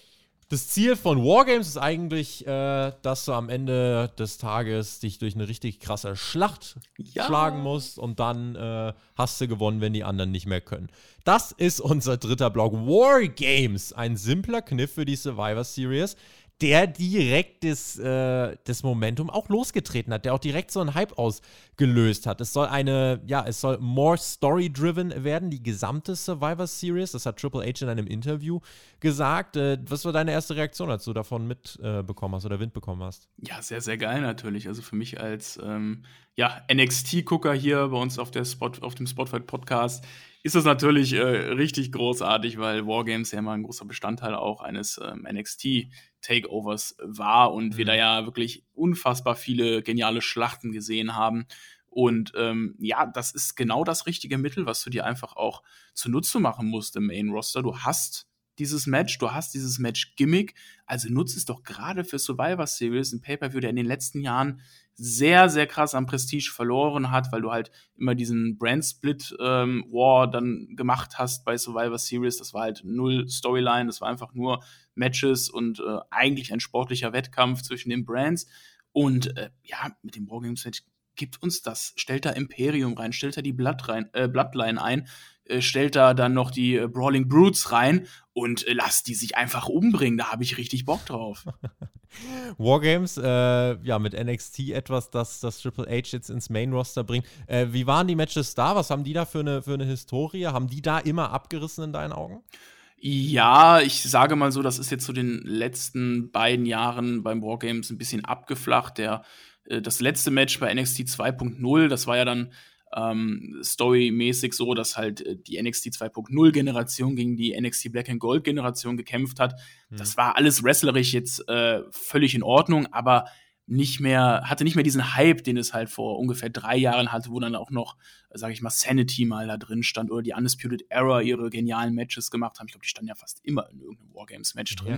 Das Ziel von Wargames ist eigentlich, dass du am Ende des Tages dich durch eine richtig krasse Schlacht schlagen musst und dann hast du gewonnen, wenn die anderen nicht mehr können. Das ist unser dritter Block. Wargames, ein simpler Kniff für die Survivor Series, der direkt das Momentum auch losgetreten hat, der auch direkt so einen Hype ausgelöst hat. Es soll es soll more story-driven werden, die gesamte Survivor Series. Das hat Triple H in einem Interview gesagt. Was war deine erste Reaktion, als du davon mitbekommen hast oder Wind bekommen hast? Ja, sehr, sehr geil natürlich. Also für mich als NXT-Gucker hier bei uns auf dem Spotfight-Podcast ist das natürlich richtig großartig, weil Wargames ja immer ein großer Bestandteil auch eines NXT-Takeovers war und wir da ja wirklich unfassbar viele geniale Schlachten gesehen haben. Und das ist genau das richtige Mittel, was du dir einfach auch zunutze machen musst im Main-Roster. Du hast dieses Match-Gimmick, also nutze es doch gerade für Survivor Series, ein Pay-Per-View, der in den letzten Jahren sehr, sehr krass am Prestige verloren hat, weil du halt immer diesen Brand-Split-War dann gemacht hast bei Survivor Series. Das war halt null Storyline, das war einfach nur Matches und eigentlich ein sportlicher Wettkampf zwischen den Brands. Und mit dem Wargames-Match gibt uns das, stellt da Imperium rein, stellt da die Bloodline ein, stellt da dann noch die Brawling Brutes rein und lasst die sich einfach umbringen. Da habe ich richtig Bock drauf. Wargames, mit NXT etwas, das Triple H jetzt ins Main-Roster bringt. Wie waren die Matches da? Was haben die da für eine Historie? Haben die da immer abgerissen in deinen Augen? Ja, ich sage mal so, das ist jetzt so den letzten beiden Jahren beim Wargames ein bisschen abgeflacht. Das letzte Match bei NXT 2.0, das war ja dann storymäßig so, dass halt die NXT 2.0 Generation gegen die NXT Black and Gold Generation gekämpft hat. Das war alles wrestlerisch jetzt völlig in Ordnung, aber hatte nicht mehr diesen Hype, den es halt vor ungefähr 3 Jahren hatte, wo dann auch noch, sage ich mal, Sanity mal da drin stand oder die Undisputed Era ihre genialen Matches gemacht haben. Ich glaube, die standen ja fast immer in irgendeinem Wargames-Match drin.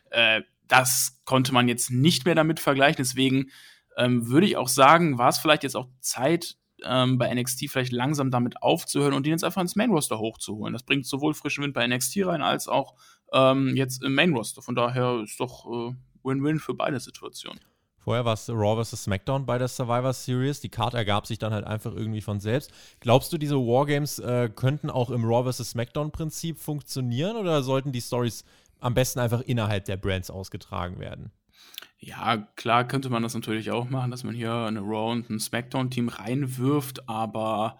Das konnte man jetzt nicht mehr damit vergleichen, deswegen würde ich auch sagen, war es vielleicht jetzt auch Zeit, bei NXT vielleicht langsam damit aufzuhören und den jetzt einfach ins Main-Roster hochzuholen. Das bringt sowohl frischen Wind bei NXT rein, als auch jetzt im Main-Roster. Von daher ist doch Win-Win für beide Situationen. Vorher war es Raw vs. SmackDown bei der Survivor Series. Die Card ergab sich dann halt einfach irgendwie von selbst. Glaubst du, diese Wargames könnten auch im Raw vs. SmackDown-Prinzip funktionieren oder sollten die Storys am besten einfach innerhalb der Brands ausgetragen werden? Ja, klar könnte man das natürlich auch machen, dass man hier eine Raw und ein SmackDown-Team reinwirft, aber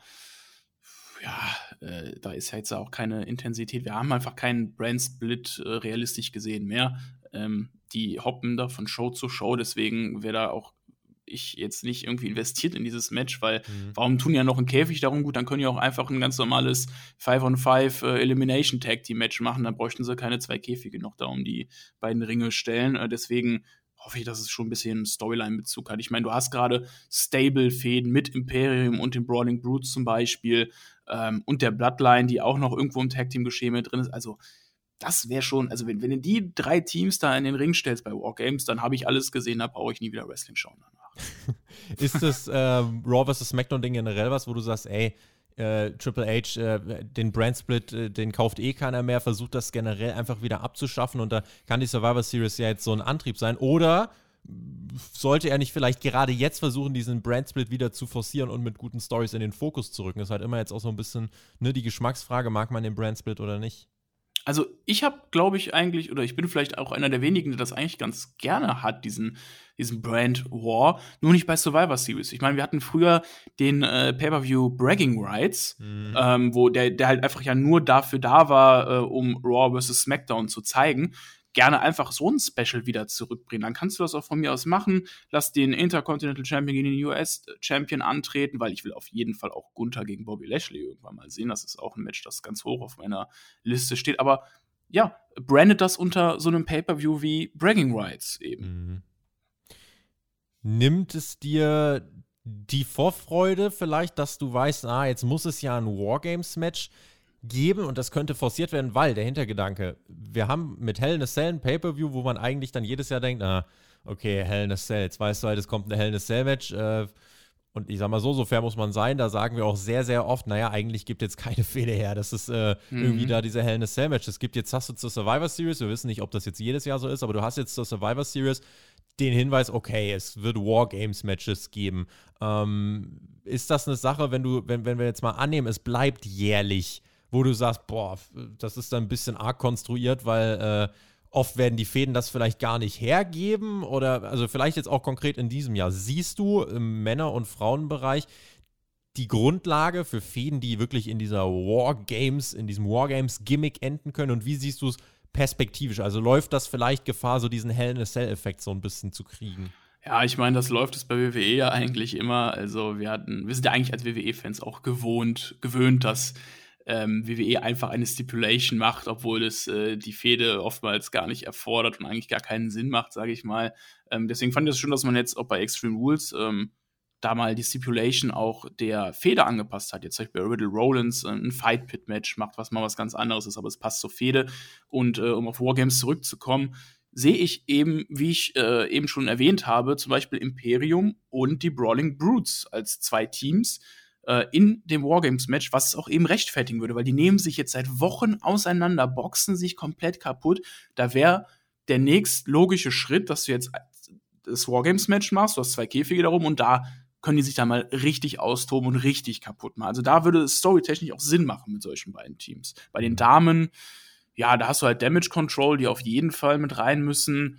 da ist ja jetzt auch keine Intensität. Wir haben einfach keinen Brand-Split realistisch gesehen mehr. Die hoppen da von Show zu Show, deswegen wäre da auch ich jetzt nicht irgendwie investiert in dieses Match, weil warum tun ja noch einen Käfig darum? Gut, dann können ja auch einfach ein ganz normales 5-on-5 Elimination-Tag-Team-Match machen, dann bräuchten sie keine 2 Käfige noch da um die beiden Ringe stellen. Deswegen hoffe ich, dass es schon ein bisschen Storyline-Bezug hat. Ich meine, du hast gerade Stable-Fäden mit Imperium und den Brawling Brutes zum Beispiel und der Bloodline, die auch noch irgendwo im Tag-Team-Geschehen mit drin ist. Also das wäre schon, also wenn du die 3 Teams da in den Ring stellst bei Wargames, dann habe ich alles gesehen, da brauche ich nie wieder Wrestling schauen danach. Ist das Raw vs. SmackDown-Ding generell was, wo du sagst, Triple H, den Brand-Split, den kauft keiner mehr, versucht das generell einfach wieder abzuschaffen und da kann die Survivor Series ja jetzt so ein Antrieb sein. Oder sollte er nicht vielleicht gerade jetzt versuchen, diesen Brand-Split wieder zu forcieren und mit guten Stories in den Fokus zu rücken? Das ist halt immer jetzt auch so ein bisschen die Geschmacksfrage, mag man den Brand-Split oder nicht? Also ich habe, glaube ich, eigentlich, oder ich bin vielleicht auch einer der wenigen, der das eigentlich ganz gerne hat, diesen Brand War, nur nicht bei Survivor Series. Ich meine, wir hatten früher den Pay-Per-View Bragging Rights, wo der halt einfach ja nur dafür da war, um Raw vs. SmackDown zu zeigen. Gerne einfach so ein Special wieder zurückbringen. Dann kannst du das auch von mir aus machen. Lass den Intercontinental Champion gegen den US Champion antreten, weil ich will auf jeden Fall auch Gunther gegen Bobby Lashley irgendwann mal sehen. Das ist auch ein Match, das ganz hoch auf meiner Liste steht. Aber ja, brandet das unter so einem Pay-Per-View wie Bragging Rights eben. Nimmt es dir die Vorfreude vielleicht, dass du weißt, jetzt muss es ja ein Wargames-Match geben und das könnte forciert werden, weil der Hintergedanke, wir haben mit Hell in a Cell ein Pay-Per-View, wo man eigentlich dann jedes Jahr denkt, okay, Hell in a Cell, jetzt weißt du halt, es kommt ein Hell in a Cell-Match Und ich sag mal so fair muss man sein, da sagen wir auch sehr, sehr oft, naja, eigentlich gibt jetzt keine Fehde her, das ist irgendwie da diese Hell in a Cell Match. Es gibt jetzt, hast du zur Survivor Series, wir wissen nicht, ob das jetzt jedes Jahr so ist, aber du hast jetzt zur Survivor Series den Hinweis, okay, es wird Wargames-Matches geben. Ist das eine Sache, wenn wir jetzt mal annehmen, es bleibt jährlich, wo du sagst, boah, das ist dann ein bisschen arg konstruiert, weil oft werden die Fäden das vielleicht gar nicht hergeben oder, also vielleicht jetzt auch konkret in diesem Jahr. Siehst du im Männer- und Frauenbereich die Grundlage für Fäden, die wirklich in dieser Wargames, in diesem Wargames-Gimmick enden können und wie siehst du es perspektivisch? Also läuft das vielleicht Gefahr, so diesen Hell in a Cell-Effekt so ein bisschen zu kriegen? Ja, ich meine, das läuft es bei WWE ja eigentlich immer. Also wir sind ja eigentlich als WWE-Fans auch gewöhnt, dass WWE einfach eine Stipulation macht, obwohl es die Fehde oftmals gar nicht erfordert und eigentlich gar keinen Sinn macht, sage ich mal. Deswegen fand ich es schön, dass man jetzt auch bei Extreme Rules da mal die Stipulation auch der Fehde angepasst hat. Jetzt zum Beispiel bei Riddle Rollins ein Fight-Pit-Match macht, was mal was ganz anderes ist, aber es passt zur Fehde. Und um auf Wargames zurückzukommen, sehe ich eben, wie ich eben schon erwähnt habe, zum Beispiel Imperium und die Brawling Brutes als zwei Teams in dem Wargames-Match, was es auch eben rechtfertigen würde, weil die nehmen sich jetzt seit Wochen auseinander, boxen sich komplett kaputt. Da wäre der nächstlogische Schritt, dass du jetzt das Wargames-Match machst, du hast zwei Käfige darum und da können die sich dann mal richtig austoben und richtig kaputt machen. Also da würde es storytechnisch auch Sinn machen mit solchen beiden Teams. Bei den Damen, ja, da hast du halt Damage Control, die auf jeden Fall mit rein müssen.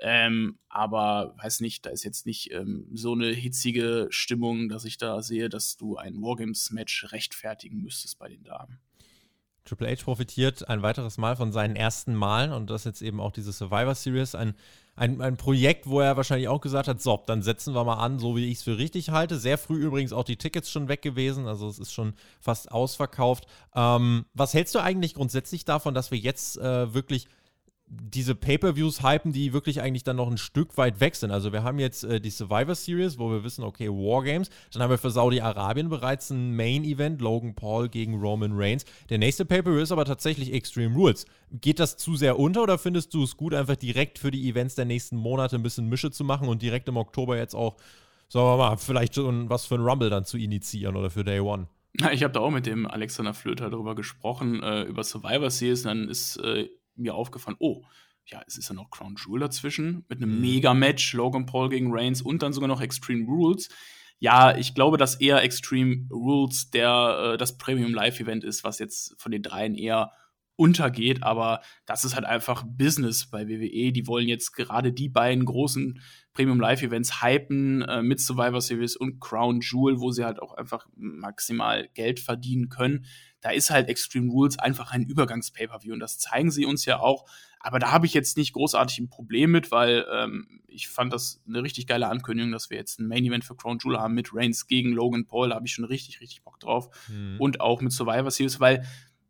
Aber weiß nicht, da ist jetzt nicht so eine hitzige Stimmung, dass ich da sehe, dass du ein Wargames-Match rechtfertigen müsstest bei den Damen. Triple H profitiert ein weiteres Mal von seinen ersten Malen und das jetzt eben auch diese Survivor Series, ein Projekt, wo er wahrscheinlich auch gesagt hat, so, dann setzen wir mal an, so wie ich es für richtig halte. Sehr früh übrigens auch die Tickets schon weg gewesen, also es ist schon fast ausverkauft. Was hältst du eigentlich grundsätzlich davon, dass wir jetzt wirklich diese Pay-Per-Views hypen, die wirklich eigentlich dann noch ein Stück weit weg sind? Also wir haben jetzt die Survivor Series, wo wir wissen, okay, Wargames. Dann haben wir für Saudi-Arabien bereits ein Main-Event, Logan Paul gegen Roman Reigns. Der nächste Pay-Per-View ist aber tatsächlich Extreme Rules. Geht das zu sehr unter oder findest du es gut, einfach direkt für die Events der nächsten Monate ein bisschen Mische zu machen und direkt im Oktober jetzt auch, sagen wir mal, vielleicht schon was für ein Rumble dann zu initiieren oder für Day One? Ich habe da auch mit dem Alexander Flöter darüber gesprochen, über Survivor Series, und dann ist mir aufgefallen, oh, ja, es ist ja noch Crown Jewel dazwischen mit einem Mega-Match, Logan Paul gegen Reigns und dann sogar noch Extreme Rules. Ja, ich glaube, dass eher Extreme Rules das Premium-Live-Event ist, was jetzt von den dreien eher untergeht, aber das ist halt einfach Business bei WWE. Die wollen jetzt gerade die beiden großen Premium-Live-Events hypen mit Survivor Series und Crown Jewel, wo sie halt auch einfach maximal Geld verdienen können. Da ist halt Extreme Rules einfach ein Übergangs-Pay-Per-View und das zeigen sie uns ja auch. Aber da habe ich jetzt nicht großartig ein Problem mit, weil ich fand das eine richtig geile Ankündigung, dass wir jetzt ein Main-Event für Crown Jewel haben mit Reigns gegen Logan Paul. Da habe ich schon richtig, richtig Bock drauf. Und auch mit Survivor Series, weil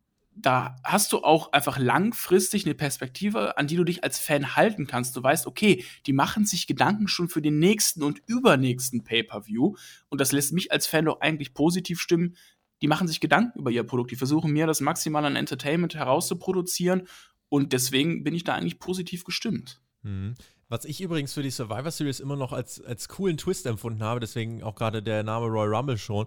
da hast du auch einfach langfristig eine Perspektive, an die du dich als Fan halten kannst. Du weißt, okay, die machen sich Gedanken schon für den nächsten und übernächsten Pay-Per-View. Und das lässt mich als Fan doch eigentlich positiv stimmen. Die machen sich Gedanken über ihr Produkt. Die versuchen mir das maximal an Entertainment herauszuproduzieren. Und deswegen bin ich da eigentlich positiv gestimmt. Was ich übrigens für die Survivor Series immer noch als coolen Twist empfunden habe, deswegen auch gerade der Name Royal Rumble schon,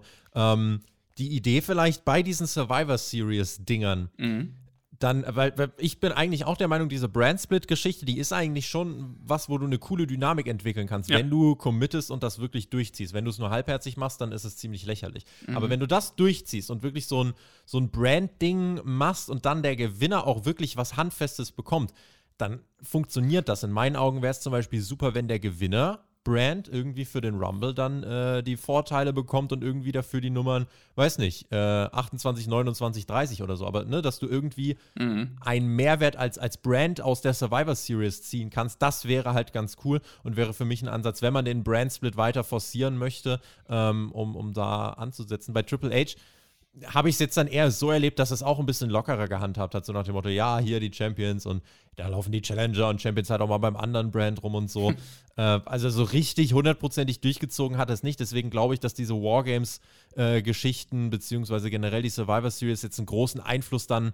die Idee vielleicht bei diesen Survivor Series-Dingern, dann, weil ich bin eigentlich auch der Meinung, diese Brand-Split-Geschichte, die ist eigentlich schon was, wo du eine coole Dynamik entwickeln kannst, wenn du committest und das wirklich durchziehst. Wenn du es nur halbherzig machst, dann ist es ziemlich lächerlich. Aber wenn du das durchziehst und wirklich so ein Brand-Ding machst und dann der Gewinner auch wirklich was Handfestes bekommt, dann funktioniert das. In meinen Augen wäre es zum Beispiel super, wenn der Gewinner Brand irgendwie für den Rumble dann die Vorteile bekommt und irgendwie dafür die Nummern, weiß nicht, 28, 29, 30 oder so, aber ne, dass du irgendwie einen Mehrwert als Brand aus der Survivor Series ziehen kannst, das wäre halt ganz cool und wäre für mich ein Ansatz, wenn man den Brand-Split weiter forcieren möchte, um da anzusetzen. Bei Triple H habe ich es jetzt dann eher so erlebt, dass es auch ein bisschen lockerer gehandhabt hat, so nach dem Motto, ja, hier die Champions und da laufen die Challenger und Champions halt auch mal beim anderen Brand rum und so. Also so richtig hundertprozentig durchgezogen hat es nicht, deswegen glaube ich, dass diese Wargames-Geschichten beziehungsweise generell die Survivor Series jetzt einen großen Einfluss dann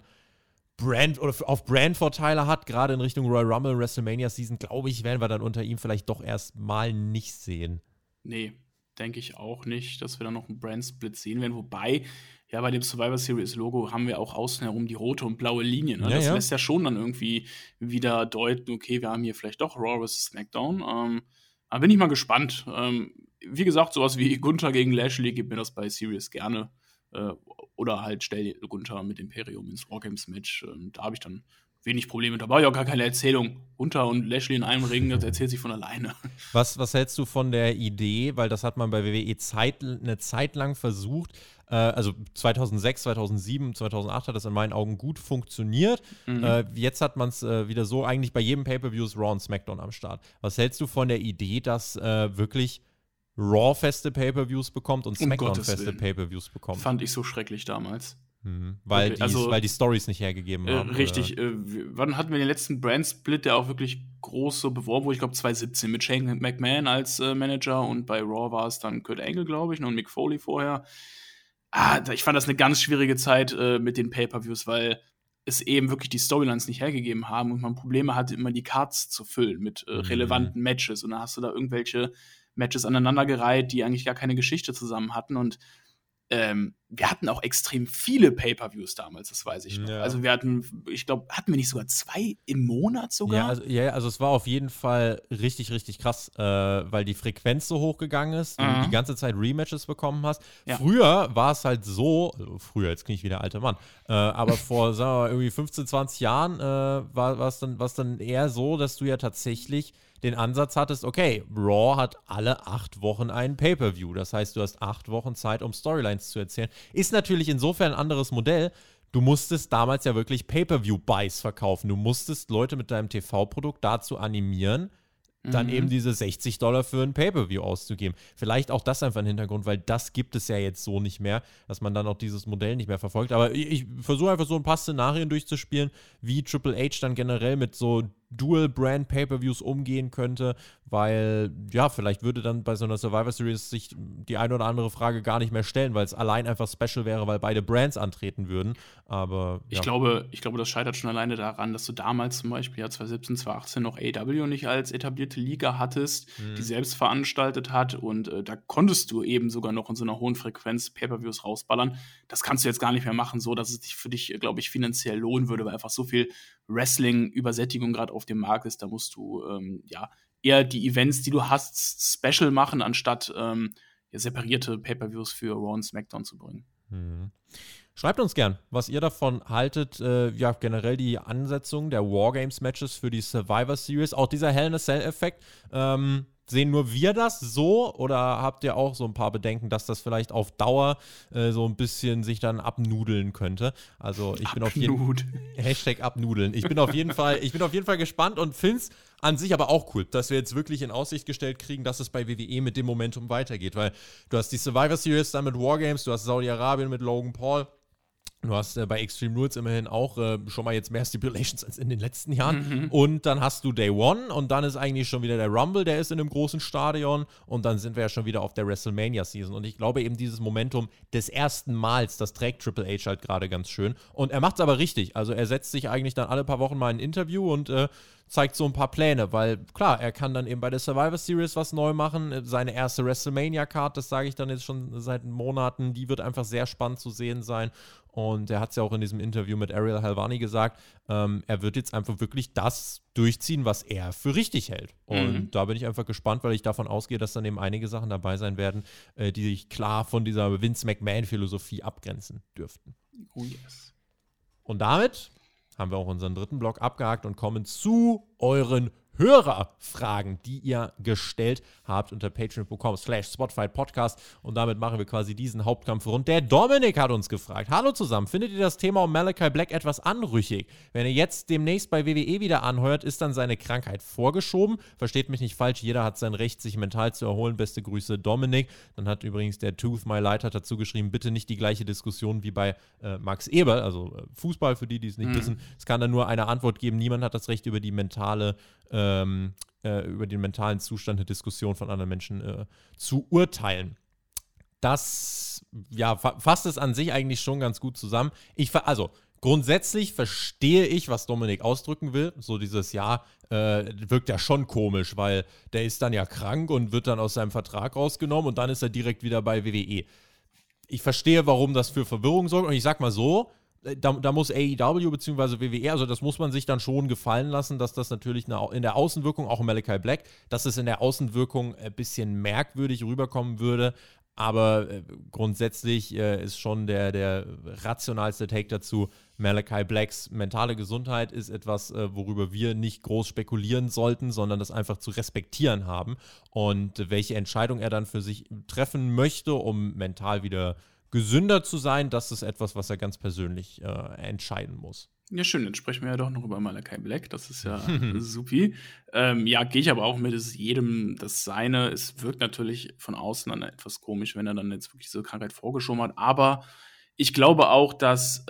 auf Brand-Vorteile hat, gerade in Richtung Royal Rumble, WrestleMania Season, glaube ich, werden wir dann unter ihm vielleicht doch erst mal nicht sehen. Nee, denke ich auch nicht, dass wir da noch einen Brand-Split sehen werden. Wobei, ja, bei dem Survivor Series-Logo haben wir auch außen herum die rote und blaue Linie. Ne? Ja, Das ja. lässt ja schon dann irgendwie wieder deuten, okay, wir haben hier vielleicht doch Raw vs. SmackDown. Aber bin ich mal gespannt. Wie gesagt, sowas wie Gunther gegen Lashley, gib mir das bei Series gerne. Oder halt stell Gunther mit Imperium ins Wargames-Match. Da habe ich dann wenig Probleme. Da brauche ich auch gar keine Erzählung. Gunther und Lashley in einem Ring, das erzählt sich von alleine. Was hältst du von der Idee, weil das hat man bei WWE eine Zeit lang versucht, also 2006, 2007, 2008 hat das in meinen Augen gut funktioniert. Jetzt hat man es wieder so, eigentlich bei jedem Pay-Per-View ist Raw und SmackDown am Start. Was hältst du von der Idee, dass wirklich Raw feste Pay-Per-Views bekommt und SmackDown feste Pay-Per-Views bekommt? Fand ich so schrecklich damals. Weil die Storys nicht hergegeben haben. Richtig. Wann hatten wir den letzten Brand-Split, der auch wirklich groß so beworben wurde? Ich glaube 2017 mit Shane McMahon als Manager und bei Raw war es dann Kurt Angle, glaube ich, und Mick Foley vorher. Ich fand das eine ganz schwierige Zeit mit den Pay-Per-Views, weil es eben wirklich die Storylines nicht hergegeben haben und man Probleme hatte, immer die Cards zu füllen mit relevanten Matches. Und dann hast du da irgendwelche Matches aneinandergereiht, die eigentlich gar keine Geschichte zusammen hatten. Und wir hatten auch extrem viele Pay-Per-Views damals, das weiß ich noch. Ja. Also wir hatten, ich glaube, hatten wir nicht sogar 2 im Monat sogar? Also es war auf jeden Fall richtig, richtig krass, weil die Frequenz so hochgegangen ist, du die ganze Zeit Rematches bekommen hast. Ja. Früher war es halt so, also früher, jetzt klinge ich wie der alte Mann, aber vor, sagen wir mal, irgendwie 15, 20 Jahren war es dann eher so, dass du ja tatsächlich den Ansatz hattest, okay, Raw hat alle 8 Wochen einen Pay-Per-View. Das heißt, du hast 8 Wochen Zeit, um Storylines zu erzählen. Ist natürlich insofern ein anderes Modell. Du musstest damals ja wirklich Pay-Per-View-Buys verkaufen. Du musstest Leute mit deinem TV-Produkt dazu animieren, dann eben diese $60 für ein Pay-Per-View auszugeben. Vielleicht auch das einfach ein Hintergrund, weil das gibt es ja jetzt so nicht mehr, dass man dann auch dieses Modell nicht mehr verfolgt. Aber ich versuche einfach so ein paar Szenarien durchzuspielen, wie Triple H dann generell mit so Dual-Brand-Pay-Per-Views umgehen könnte, weil, ja, vielleicht würde dann bei so einer Survivor Series sich die eine oder andere Frage gar nicht mehr stellen, weil es allein einfach special wäre, weil beide Brands antreten würden, aber ja. Ich glaube, das scheitert schon alleine daran, dass du damals zum Beispiel ja 2017, 2018 noch AEW nicht als etablierte Liga hattest, die selbst veranstaltet hat und da konntest du eben sogar noch in so einer hohen Frequenz Pay-Per-Views rausballern. Das kannst du jetzt gar nicht mehr machen, so dass es dich für dich, glaube ich, finanziell lohnen würde, weil einfach so viel Wrestling-Übersättigung gerade auf dem Markt ist. Da musst du eher die Events, die du hast, special machen, anstatt separierte Pay-Per-Views für Raw und SmackDown zu bringen. Schreibt uns gern, was ihr davon haltet, generell die Ansetzung der Wargames-Matches für die Survivor Series, auch dieser Hell in a Cell-Effekt, sehen nur wir das so oder habt ihr auch so ein paar Bedenken, dass das vielleicht auf Dauer so ein bisschen sich dann abnudeln könnte? Also ich bin auf jeden Hashtag abnudeln. Ich bin auf jeden Fall gespannt und finde es an sich aber auch cool, dass wir jetzt wirklich in Aussicht gestellt kriegen, dass es bei WWE mit dem Momentum weitergeht, weil du hast die Survivor Series dann mit Wargames, du hast Saudi-Arabien mit Logan Paul. Du hast bei Extreme Rules immerhin auch schon mal jetzt mehr Stipulations als in den letzten Jahren. Und dann hast du Day One und dann ist eigentlich schon wieder der Rumble, der ist in einem großen Stadion und dann sind wir ja schon wieder auf der WrestleMania-Season. Und ich glaube eben dieses Momentum des ersten Mals, das trägt Triple H halt gerade ganz schön. Und er macht es aber richtig. Also er setzt sich eigentlich dann alle paar Wochen mal ein Interview und zeigt so ein paar Pläne, weil klar, er kann dann eben bei der Survivor Series was neu machen. Seine erste WrestleMania-Card, das sage ich dann jetzt schon seit Monaten, die wird einfach sehr spannend zu sehen sein. Und er hat es ja auch in diesem Interview mit Ariel Helwani gesagt, er wird jetzt einfach wirklich das durchziehen, was er für richtig hält. Und da bin ich einfach gespannt, weil ich davon ausgehe, dass dann eben einige Sachen dabei sein werden, die sich klar von dieser Vince McMahon-Philosophie abgrenzen dürften. Oh yes. Und damit haben wir auch unseren dritten Block abgehakt und kommen zu euren Hörerfragen, die ihr gestellt habt unter patreon.com/Spotify-Podcast. Und damit machen wir quasi diesen Hauptkampf rund. Der Dominik hat uns gefragt: Hallo zusammen, findet ihr das Thema um Malachi Black etwas anrüchig? Wenn er jetzt demnächst bei WWE wieder anheuert, ist dann seine Krankheit vorgeschoben? Versteht mich nicht falsch, jeder hat sein Recht, sich mental zu erholen. Beste Grüße, Dominik. Dann hat übrigens der Tooth My Light dazu geschrieben, bitte nicht die gleiche Diskussion wie bei Max Eberl, also Fußball, für die, die es nicht wissen. Es kann da nur eine Antwort geben. Niemand hat das Recht, über den mentalen Zustand der Diskussion von anderen Menschen zu urteilen. Das fasst es an sich eigentlich schon ganz gut zusammen. grundsätzlich verstehe ich, was Dominik ausdrücken will. So dieses Jahr wirkt ja schon komisch, weil der ist dann ja krank und wird dann aus seinem Vertrag rausgenommen und dann ist er direkt wieder bei WWE. Ich verstehe, warum das für Verwirrung sorgt und ich sag mal so, da muss AEW bzw. WWE, also das muss man sich dann schon gefallen lassen, dass das natürlich in der Außenwirkung, auch Malachi Black, dass es in der Außenwirkung ein bisschen merkwürdig rüberkommen würde. Aber grundsätzlich ist schon der rationalste Take dazu, Malachi Blacks mentale Gesundheit ist etwas, worüber wir nicht groß spekulieren sollten, sondern das einfach zu respektieren haben. Und welche Entscheidung er dann für sich treffen möchte, um mental wieder gesünder zu sein, das ist etwas, was er ganz persönlich entscheiden muss. Ja, schön, jetzt sprechen wir ja doch noch über Malachi Black, das ist ja supi. Ja, gehe ich aber auch mit, es ist jedem das Seine. Es wirkt natürlich von außen dann etwas komisch, wenn er dann jetzt wirklich diese Krankheit vorgeschoben hat, aber ich glaube auch, dass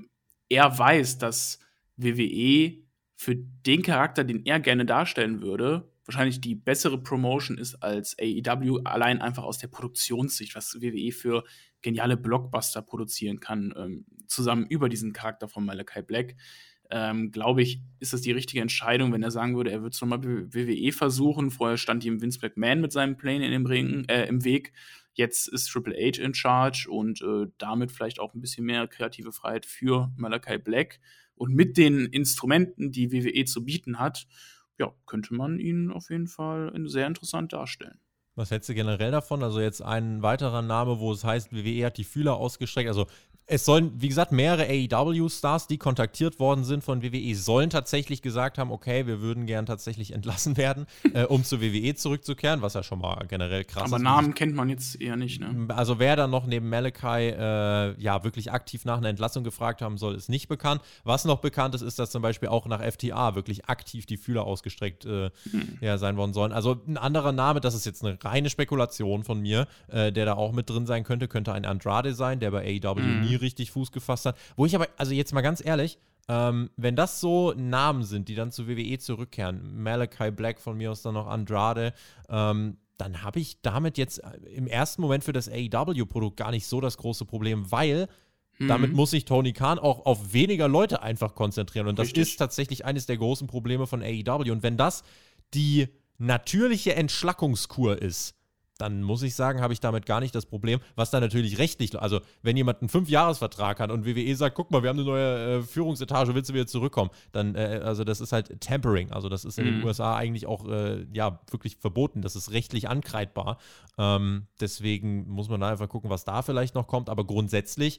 er weiß, dass WWE für den Charakter, den er gerne darstellen würde, wahrscheinlich die bessere Promotion ist als AEW, allein einfach aus der Produktionssicht, was WWE für geniale Blockbuster produzieren kann, zusammen über diesen Charakter von Malachi Black. Glaube ich, ist das die richtige Entscheidung, wenn er sagen würde, er würde es nochmal WWE versuchen. Vorher stand ihm Vince McMahon mit seinem Plane im Weg. Jetzt ist Triple H in charge und damit vielleicht auch ein bisschen mehr kreative Freiheit für Malachi Black. Und mit den Instrumenten, die WWE zu bieten hat, ja, könnte man ihn auf jeden Fall sehr interessant darstellen. Was hältst du generell davon? Also jetzt ein weiterer Name, wo es heißt, WWE hat die Fühler ausgestreckt. Also es sollen, wie gesagt, mehrere AEW-Stars, die kontaktiert worden sind von WWE, sollen tatsächlich gesagt haben, okay, wir würden gern tatsächlich entlassen werden, um zur WWE zurückzukehren, was ja schon mal generell krass ist. Aber Namen kennt man jetzt eher nicht, ne? Also wer dann noch neben Malachi wirklich aktiv nach einer Entlassung gefragt haben soll, ist nicht bekannt. Was noch bekannt ist, ist, dass zum Beispiel auch nach FTA wirklich aktiv die Fühler ausgestreckt sein worden sollen. Also ein anderer Name, das ist jetzt eine reine Spekulation von mir, der da auch mit drin sein könnte ein Andrade sein, der bei AEW nie richtig Fuß gefasst hat. Wo ich aber, also jetzt mal ganz ehrlich, wenn das so Namen sind, die dann zu WWE zurückkehren, Malachi Black, von mir aus dann noch Andrade, dann habe ich damit jetzt im ersten Moment für das AEW-Produkt gar nicht so das große Problem, weil damit muss sich Tony Khan auch auf weniger Leute einfach konzentrieren. Und das ist tatsächlich eines der großen Probleme von AEW. Und wenn das die natürliche Entschlackungskur ist, dann muss ich sagen, habe ich damit gar nicht das Problem, was dann natürlich rechtlich, also wenn jemand einen 5-Jahres-Vertrag hat und WWE sagt, guck mal, wir haben eine neue Führungsetage, willst du wieder zurückkommen? Dann, also das ist halt Tampering, also das ist in den USA eigentlich auch, wirklich verboten, das ist rechtlich ankreidbar. Deswegen muss man da einfach gucken, was da vielleicht noch kommt, aber grundsätzlich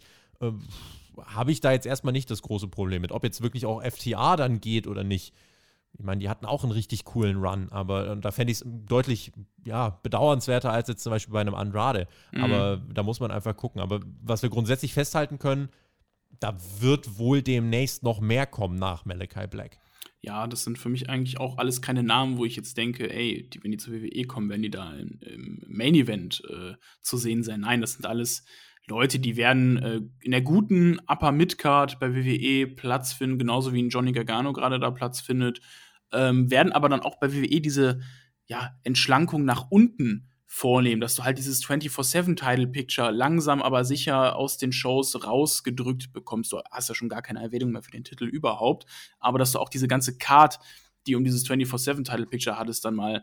habe ich da jetzt erstmal nicht das große Problem mit, ob jetzt wirklich auch FTA dann geht oder nicht. Ich meine, die hatten auch einen richtig coolen Run, aber da fände ich es deutlich bedauernswerter als jetzt zum Beispiel bei einem Andrade. Aber da muss man einfach gucken. Aber was wir grundsätzlich festhalten können, da wird wohl demnächst noch mehr kommen nach Malachi Black. Ja, das sind für mich eigentlich auch alles keine Namen, wo ich jetzt denke, ey, wenn die zur WWE kommen, werden die da im Main-Event zu sehen sein. Nein, das sind alles Leute, die werden in der guten Upper-Mid-Card bei WWE Platz finden, genauso wie ein Johnny Gargano gerade da Platz findet, werden aber dann auch bei WWE diese Entschlankung nach unten vornehmen, dass du halt dieses 24/7-Title-Picture langsam aber sicher aus den Shows rausgedrückt bekommst. Du hast ja schon gar keine Erwähnung mehr für den Titel überhaupt, aber dass du auch diese ganze Card, die um dieses 24/7-Title-Picture hattest, dann mal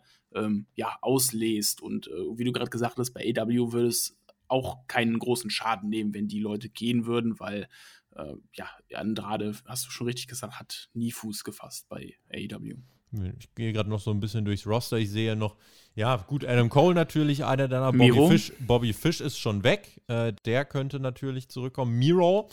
auslässt. Und wie du gerade gesagt hast, bei AEW würde es auch keinen großen Schaden nehmen, wenn die Leute gehen würden, weil Andrade, hast du schon richtig gesagt, hat nie Fuß gefasst bei AEW. Ich gehe gerade noch so ein bisschen durchs Roster. Ich sehe noch, Adam Cole natürlich, einer deiner. Bobby Fish ist schon weg. Der könnte natürlich zurückkommen. Miro,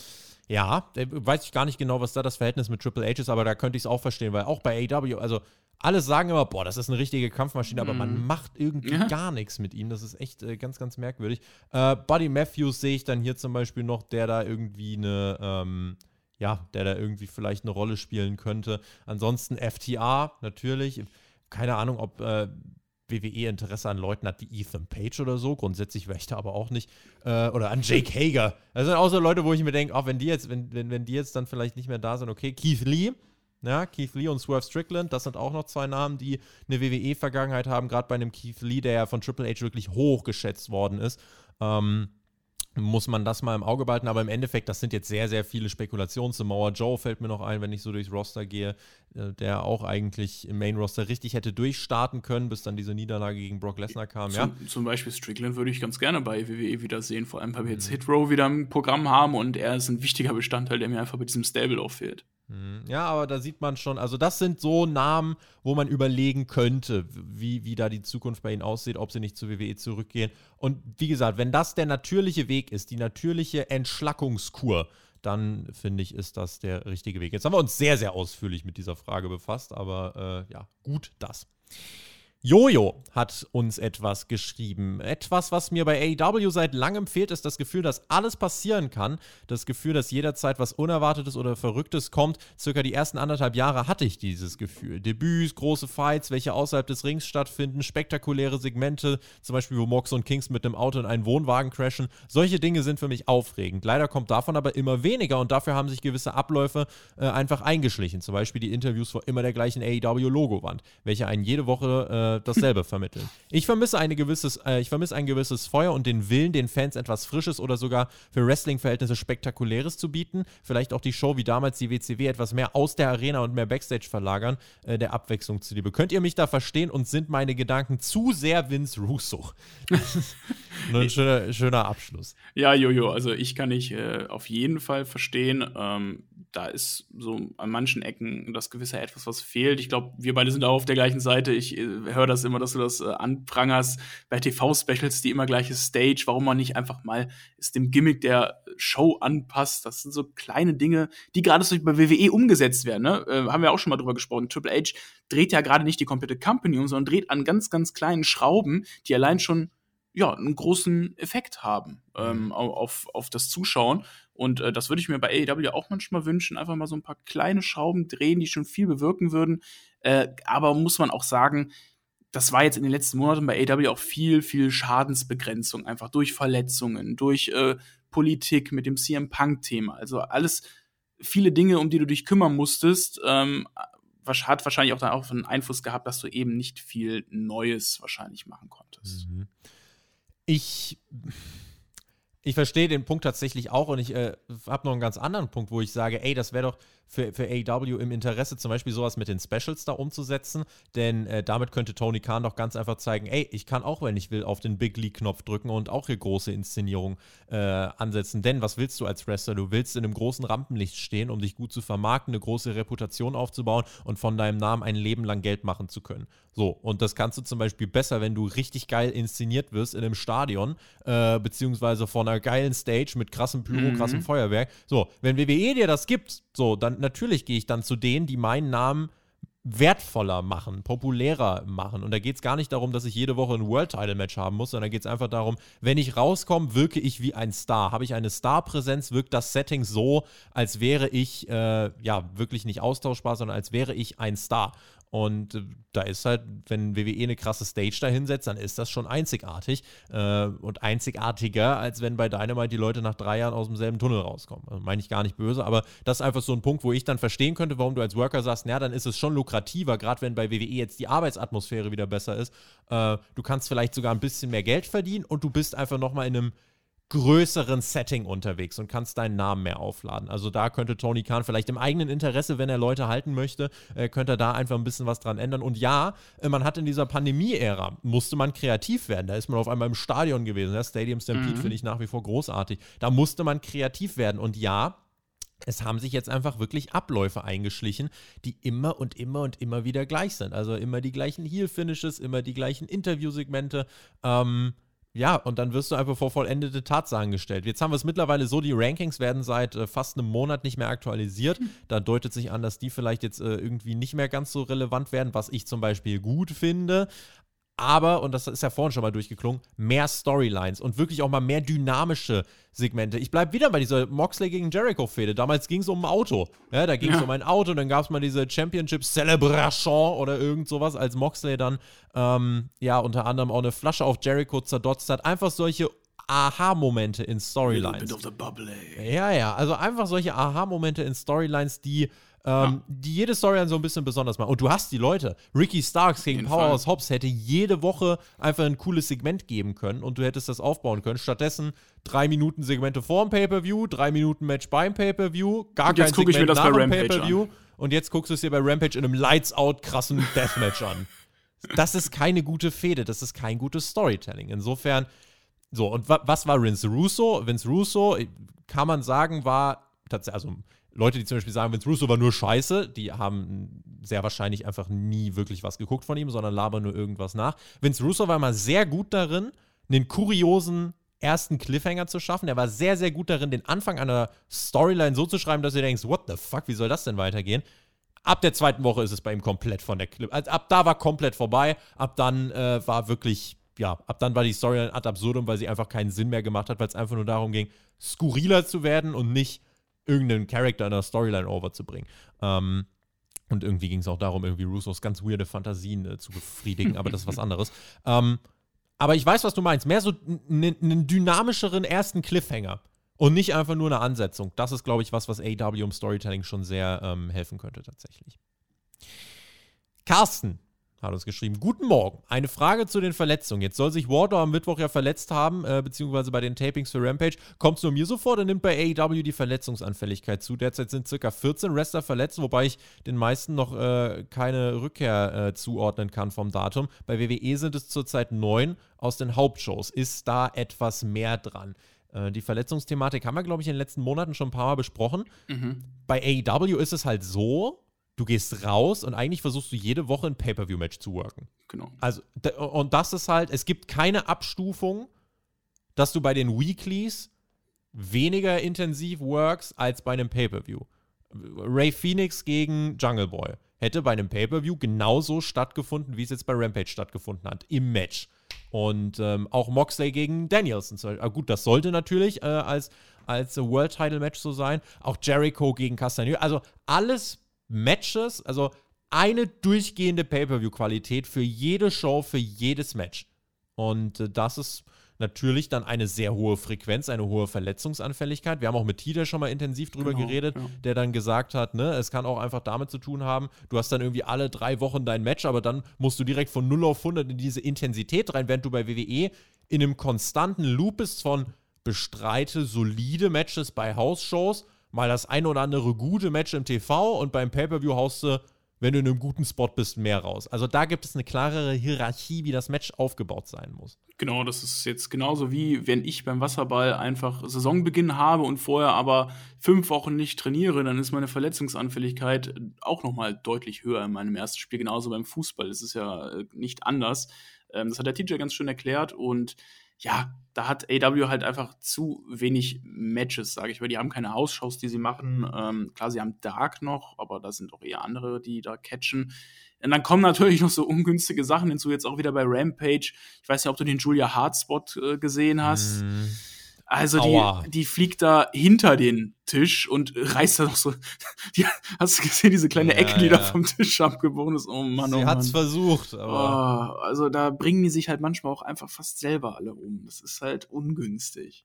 weiß ich gar nicht genau, was da das Verhältnis mit Triple H ist, aber da könnte ich es auch verstehen, weil auch bei AEW, also alle sagen immer, boah, das ist eine richtige Kampfmaschine, aber man macht irgendwie gar nichts mit ihm. Das ist echt ganz, ganz merkwürdig. Buddy Matthews sehe ich dann hier zum Beispiel noch, der da irgendwie vielleicht eine Rolle spielen könnte. Ansonsten FTA natürlich. Keine Ahnung, ob WWE Interesse an Leuten hat wie Ethan Page oder so. Grundsätzlich wäre ich da aber auch nicht. Oder an Jake Hager. Das sind auch so Leute, wo ich mir denke, wenn die jetzt dann vielleicht nicht mehr da sind, okay. Keith Lee und Swerve Strickland, das sind auch noch 2 Namen, die eine WWE-Vergangenheit haben, gerade bei einem Keith Lee, der ja von Triple H wirklich hoch geschätzt worden ist. muss man das mal im Auge behalten, aber im Endeffekt, das sind jetzt sehr, sehr viele Spekulationen. Samoa Joe fällt mir noch ein, wenn ich so durchs Roster gehe, der auch eigentlich im Main-Roster richtig hätte durchstarten können, bis dann diese Niederlage gegen Brock Lesnar kam, Zum Beispiel Strickland würde ich ganz gerne bei WWE wiedersehen, vor allem, weil wir jetzt Hit Row wieder im Programm haben und er ist ein wichtiger Bestandteil, der mir einfach bei diesem Stable auch fehlt. Ja, aber da sieht man schon, also das sind so Namen, wo man überlegen könnte, wie da die Zukunft bei ihnen aussieht, ob sie nicht zur WWE zurückgehen. Und wie gesagt, wenn das der natürliche Weg ist, die natürliche Entschlackungskur, dann finde ich, ist das der richtige Weg. Jetzt haben wir uns sehr, sehr ausführlich mit dieser Frage befasst, aber gut das. Jojo hat uns etwas geschrieben. Etwas, was mir bei AEW seit langem fehlt, ist das Gefühl, dass alles passieren kann. Das Gefühl, dass jederzeit was Unerwartetes oder Verrücktes kommt. Circa die ersten 1,5 Jahre hatte ich dieses Gefühl. Debüts, große Fights, welche außerhalb des Rings stattfinden, spektakuläre Segmente, zum Beispiel wo Mox und Kings mit einem Auto in einen Wohnwagen crashen. Solche Dinge sind für mich aufregend. Leider kommt davon aber immer weniger und dafür haben sich gewisse Abläufe einfach eingeschlichen. Zum Beispiel die Interviews vor immer der gleichen AEW-Logowand, welche einen jede Woche dasselbe vermitteln. Ich vermisse ein gewisses Feuer und den Willen, den Fans etwas Frisches oder sogar für Wrestling-Verhältnisse Spektakuläres zu bieten. Vielleicht auch die Show wie damals die WCW etwas mehr aus der Arena und mehr Backstage verlagern, der Abwechslung zuliebe. Könnt ihr mich da verstehen und sind meine Gedanken zu sehr Vince Russo? Nur ein schöner Abschluss. Ja, Jojo, also ich kann dich auf jeden Fall verstehen. Da ist so an manchen Ecken das gewisse Etwas, was fehlt. Ich glaube, wir beide sind auch auf der gleichen Seite. Ich höre das immer, dass du das anprangerst bei TV-Specials, die immer gleiche Stage. Warum man nicht einfach mal es dem Gimmick der Show anpasst? Das sind so kleine Dinge, die gerade so bei WWE umgesetzt werden. Ne? Haben wir auch schon mal drüber gesprochen. Triple H dreht ja gerade nicht die komplette Company um, sondern dreht an ganz, ganz kleinen Schrauben, die allein schon einen großen Effekt haben auf das Zuschauen. Und das würde ich mir bei AEW auch manchmal wünschen, einfach mal so ein paar kleine Schrauben drehen, die schon viel bewirken würden. Aber muss man auch sagen, das war jetzt in den letzten Monaten bei AEW auch viel, viel Schadensbegrenzung, einfach durch Verletzungen, durch Politik mit dem CM Punk-Thema. Also alles, viele Dinge, um die du dich kümmern musstest, hat wahrscheinlich auch dann auch einen Einfluss gehabt, dass du eben nicht viel Neues wahrscheinlich machen konntest. Mhm. Ich verstehe den Punkt tatsächlich auch und ich habe noch einen ganz anderen Punkt, wo ich sage, ey, das wäre doch für AEW im Interesse, zum Beispiel sowas mit den Specials da umzusetzen, denn damit könnte Tony Khan doch ganz einfach zeigen, ey, ich kann auch, wenn ich will, auf den Big League-Knopf drücken und auch hier große Inszenierung ansetzen, denn was willst du als Wrestler? Du willst in einem großen Rampenlicht stehen, um dich gut zu vermarkten, eine große Reputation aufzubauen und von deinem Namen ein Leben lang Geld machen zu können. So, und das kannst du zum Beispiel besser, wenn du richtig geil inszeniert wirst in einem Stadion, beziehungsweise vor einer geilen Stage mit krassem Pyro, krassem Feuerwerk. So, wenn WWE dir das gibt, so, dann natürlich gehe ich dann zu denen, die meinen Namen wertvoller machen, populärer machen. Und da geht es gar nicht darum, dass ich jede Woche ein World-Title-Match haben muss, sondern da geht es einfach darum, wenn ich rauskomme, wirke ich wie ein Star. Habe ich eine Star-Präsenz, wirkt das Setting so, als wäre ich wirklich nicht austauschbar, sondern als wäre ich ein Star. Und da ist halt, wenn WWE eine krasse Stage da hinsetzt, dann ist das schon einzigartig und einzigartiger, als wenn bei Dynamite die Leute nach 3 Jahren aus demselben Tunnel rauskommen. Also meine ich gar nicht böse, aber das ist einfach so ein Punkt, wo ich dann verstehen könnte, warum du als Worker sagst, na, dann ist es schon lukrativer, gerade wenn bei WWE jetzt die Arbeitsatmosphäre wieder besser ist. Du kannst vielleicht sogar ein bisschen mehr Geld verdienen und du bist einfach nochmal in einem größeren Setting unterwegs und kannst deinen Namen mehr aufladen. Also da könnte Tony Khan vielleicht im eigenen Interesse, wenn er Leute halten möchte, könnte er da einfach ein bisschen was dran ändern. Und ja, man hat in dieser Pandemie-Ära, musste man kreativ werden. Da ist man auf einmal im Stadion gewesen. Ja, Stadium Stampede finde ich nach wie vor großartig. Da musste man kreativ werden. Und ja, es haben sich jetzt einfach wirklich Abläufe eingeschlichen, die immer und immer und immer wieder gleich sind. Also immer die gleichen Heel-Finishes, immer die gleichen Interviewsegmente, ja, und dann wirst du einfach vor vollendete Tatsachen gestellt. Jetzt haben wir es mittlerweile so, die Rankings werden seit fast einem Monat nicht mehr aktualisiert. Da deutet sich an, dass die vielleicht jetzt irgendwie nicht mehr ganz so relevant werden, was ich zum Beispiel gut finde. Aber, und das ist ja vorhin schon mal durchgeklungen, mehr Storylines und wirklich auch mal mehr dynamische Segmente. Ich bleibe wieder bei dieser Moxley gegen Jericho-Fehde. Damals ging es um ein Auto. Ja, da ging es um ein Auto, dann gab es mal diese Championship Celebration oder irgend sowas, als Moxley dann unter anderem auch eine Flasche auf Jericho zerdotzt hat. Einfach solche Aha-Momente in Storylines. A little bit of the bubbly. Ja, also einfach solche Aha-Momente in Storylines, die die jede Storyline so ein bisschen besonders machen. Und du hast die Leute. Ricky Starks gegen Powerhouse Hobbs hätte jede Woche einfach ein cooles Segment geben können und du hättest das aufbauen können. Stattdessen 3 Minuten Segmente vor dem Pay-Per-View, 3 Minuten Match beim Pay-Per-View, gar kein Segment nach dem Pay-Per-View. Und jetzt guckst du es dir bei Rampage in einem Lights-Out krassen Deathmatch an. Das ist keine gute Fehde, das ist kein gutes Storytelling. Insofern, so, und was war Vince Russo? Vince Russo, kann man sagen, war tatsächlich, also Leute, die zum Beispiel sagen, Vince Russo war nur scheiße, die haben sehr wahrscheinlich einfach nie wirklich was geguckt von ihm, sondern labern nur irgendwas nach. Vince Russo war mal sehr gut darin, einen kuriosen ersten Cliffhanger zu schaffen. Er war sehr, sehr gut darin, den Anfang einer Storyline so zu schreiben, dass du denkst, what the fuck, wie soll das denn weitergehen? Ab der 2. Woche ist es bei ihm komplett von der Clip. Also ab da war komplett vorbei. Ab dann war wirklich, ab dann war die Storyline ad absurdum, weil sie einfach keinen Sinn mehr gemacht hat, weil es einfach nur darum ging, skurriler zu werden und nicht irgendeinen Charakter in der Storyline overzubringen. Und irgendwie ging es auch darum, irgendwie Russos ganz weirde Fantasien zu befriedigen, aber das ist was anderes. Aber ich weiß, was du meinst. Mehr so einen dynamischeren ersten Cliffhanger und nicht einfach nur eine Ansetzung. Das ist, glaube ich, was AEW im Storytelling schon sehr helfen könnte tatsächlich. Carsten hat uns geschrieben, guten Morgen, eine Frage zu den Verletzungen. Jetzt soll sich Wardlow am Mittwoch ja verletzt haben, beziehungsweise bei den Tapings für Rampage. Kommt es nur mir so vor, dann nimmt bei AEW die Verletzungsanfälligkeit zu. Derzeit sind ca. 14 Wrestler verletzt, wobei ich den meisten noch keine Rückkehr zuordnen kann vom Datum. Bei WWE sind es zurzeit 9 aus den Hauptshows. Ist da etwas mehr dran? Die Verletzungsthematik haben wir, glaube ich, in den letzten Monaten schon ein paar Mal besprochen. Bei AEW ist es halt so, du gehst raus und eigentlich versuchst du jede Woche ein Pay-Per-View-Match zu worken. Genau. Also, und das ist halt, es gibt keine Abstufung, dass du bei den Weeklies weniger intensiv workst als bei einem Pay-Per-View. Ray Phoenix gegen Jungle Boy hätte bei einem Pay-Per-View genauso stattgefunden, wie es jetzt bei Rampage stattgefunden hat, im Match. Und auch Moxley gegen Danielson. Gut, das sollte natürlich als World-Title-Match so sein. Auch Jericho gegen Castagneux. Also alles Matches, also eine durchgehende Pay-Per-View-Qualität für jede Show, für jedes Match. Und das ist natürlich dann eine sehr hohe Frequenz, eine hohe Verletzungsanfälligkeit. Wir haben auch mit Tita schon mal intensiv drüber geredet, der dann gesagt hat, ne, es kann auch einfach damit zu tun haben, du hast dann irgendwie alle 3 Wochen dein Match, aber dann musst du direkt von 0 auf 100 in diese Intensität rein, während du bei WWE in einem konstanten Loop bist von bestreite solide Matches bei House-Shows, mal das ein oder andere gute Match im TV und beim Pay-Per-View haust du, wenn du in einem guten Spot bist, mehr raus. Also da gibt es eine klarere Hierarchie, wie das Match aufgebaut sein muss. Genau, das ist jetzt genauso wie, wenn ich beim Wasserball einfach Saisonbeginn habe und vorher aber 5 Wochen nicht trainiere, dann ist meine Verletzungsanfälligkeit auch nochmal deutlich höher in meinem ersten Spiel. Genauso beim Fußball, das ist ja nicht anders. Das hat der TJ ganz schön erklärt und ja, da hat AEW halt einfach zu wenig Matches, sage ich, weil die haben keine Hausshows, die sie machen. Klar, sie haben Dark noch, aber da sind auch eher andere, die da catchen. Und dann kommen natürlich noch so ungünstige Sachen hinzu, jetzt auch wieder bei Rampage. Ich weiß nicht, ob du den Julia Hart-Spot gesehen hast. Also die fliegt da hinter den Tisch und reißt da noch so, hast du gesehen, diese kleine Ecke, die da vom Tisch abgebrochen ist? Oh Mann, Sie hat's versucht, aber also da bringen die sich halt manchmal auch einfach fast selber alle um. Das ist halt ungünstig.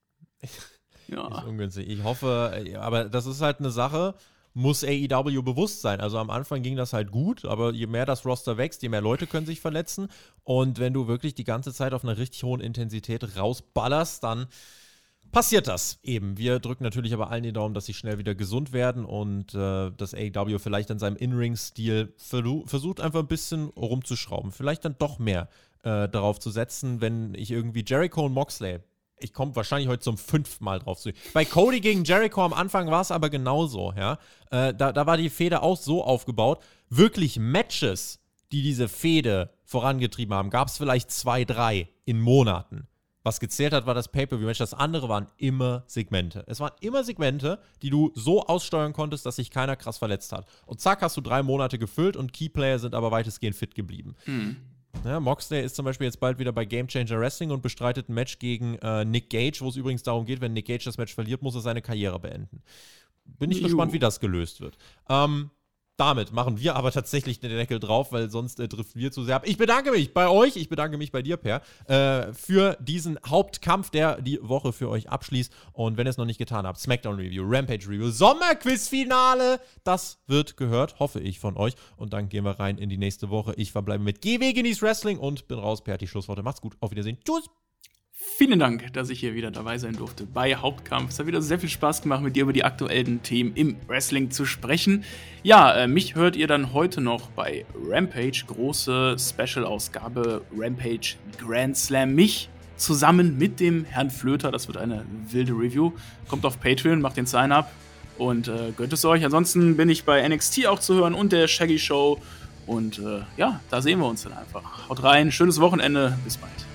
Ja. Ist ungünstig. Ich hoffe, aber das ist halt eine Sache, muss AEW bewusst sein. Also am Anfang ging das halt gut, aber je mehr das Roster wächst, je mehr Leute können sich verletzen. Und wenn du wirklich die ganze Zeit auf einer richtig hohen Intensität rausballerst, dann passiert das eben. Wir drücken natürlich aber allen die Daumen, dass sie schnell wieder gesund werden und dass AEW vielleicht an seinem In-Ring-Stil versucht, einfach ein bisschen rumzuschrauben. Vielleicht dann doch mehr darauf zu setzen, wenn ich irgendwie Jericho und Moxley, ich komme wahrscheinlich heute zum 5. Mal drauf zu. Bei Cody gegen Jericho am Anfang war es aber genauso, ja. Da war die Fehde auch so aufgebaut. Wirklich Matches, die diese Fehde vorangetrieben haben, gab es vielleicht 2, 3 in Monaten. Was gezählt hat, war das Pay-Per-View-Match. Das andere waren immer Segmente. Es waren immer Segmente, die du so aussteuern konntest, dass sich keiner krass verletzt hat. Und zack, hast du 3 Monate gefüllt und Keyplayer sind aber weitestgehend fit geblieben. Ja, Moxley ist zum Beispiel jetzt bald wieder bei Game Changer Wrestling und bestreitet ein Match gegen Nick Gage, wo es übrigens darum geht, wenn Nick Gage das Match verliert, muss er seine Karriere beenden. Bin ich gespannt, wie das gelöst wird. Damit machen wir aber tatsächlich den Deckel drauf, weil sonst driften wir zu sehr ab. Ich bedanke mich bei euch, ich bedanke mich bei dir, Per, für diesen Hauptkampf, der die Woche für euch abschließt. Und wenn ihr es noch nicht getan habt, Smackdown Review, Rampage Review, Sommerquiz-Finale, das wird gehört, hoffe ich, von euch. Und dann gehen wir rein in die nächste Woche. Ich verbleibe mit GW, genieß Wrestling und bin raus. Per hat die Schlussworte. Macht's gut, auf Wiedersehen. Tschüss. Vielen Dank, dass ich hier wieder dabei sein durfte bei Hauptkampf. Es hat wieder sehr viel Spaß gemacht, mit dir über die aktuellen Themen im Wrestling zu sprechen. Ja, mich hört ihr dann heute noch bei Rampage, große Special-Ausgabe Rampage Grand Slam. Mich zusammen mit dem Herrn Flöter, das wird eine wilde Review. Kommt auf Patreon, macht den Sign-Up und gönnt es euch. Ansonsten bin ich bei NXT auch zu hören und der Shaggy Show. Und ja, da sehen wir uns dann einfach. Haut rein, schönes Wochenende, bis bald.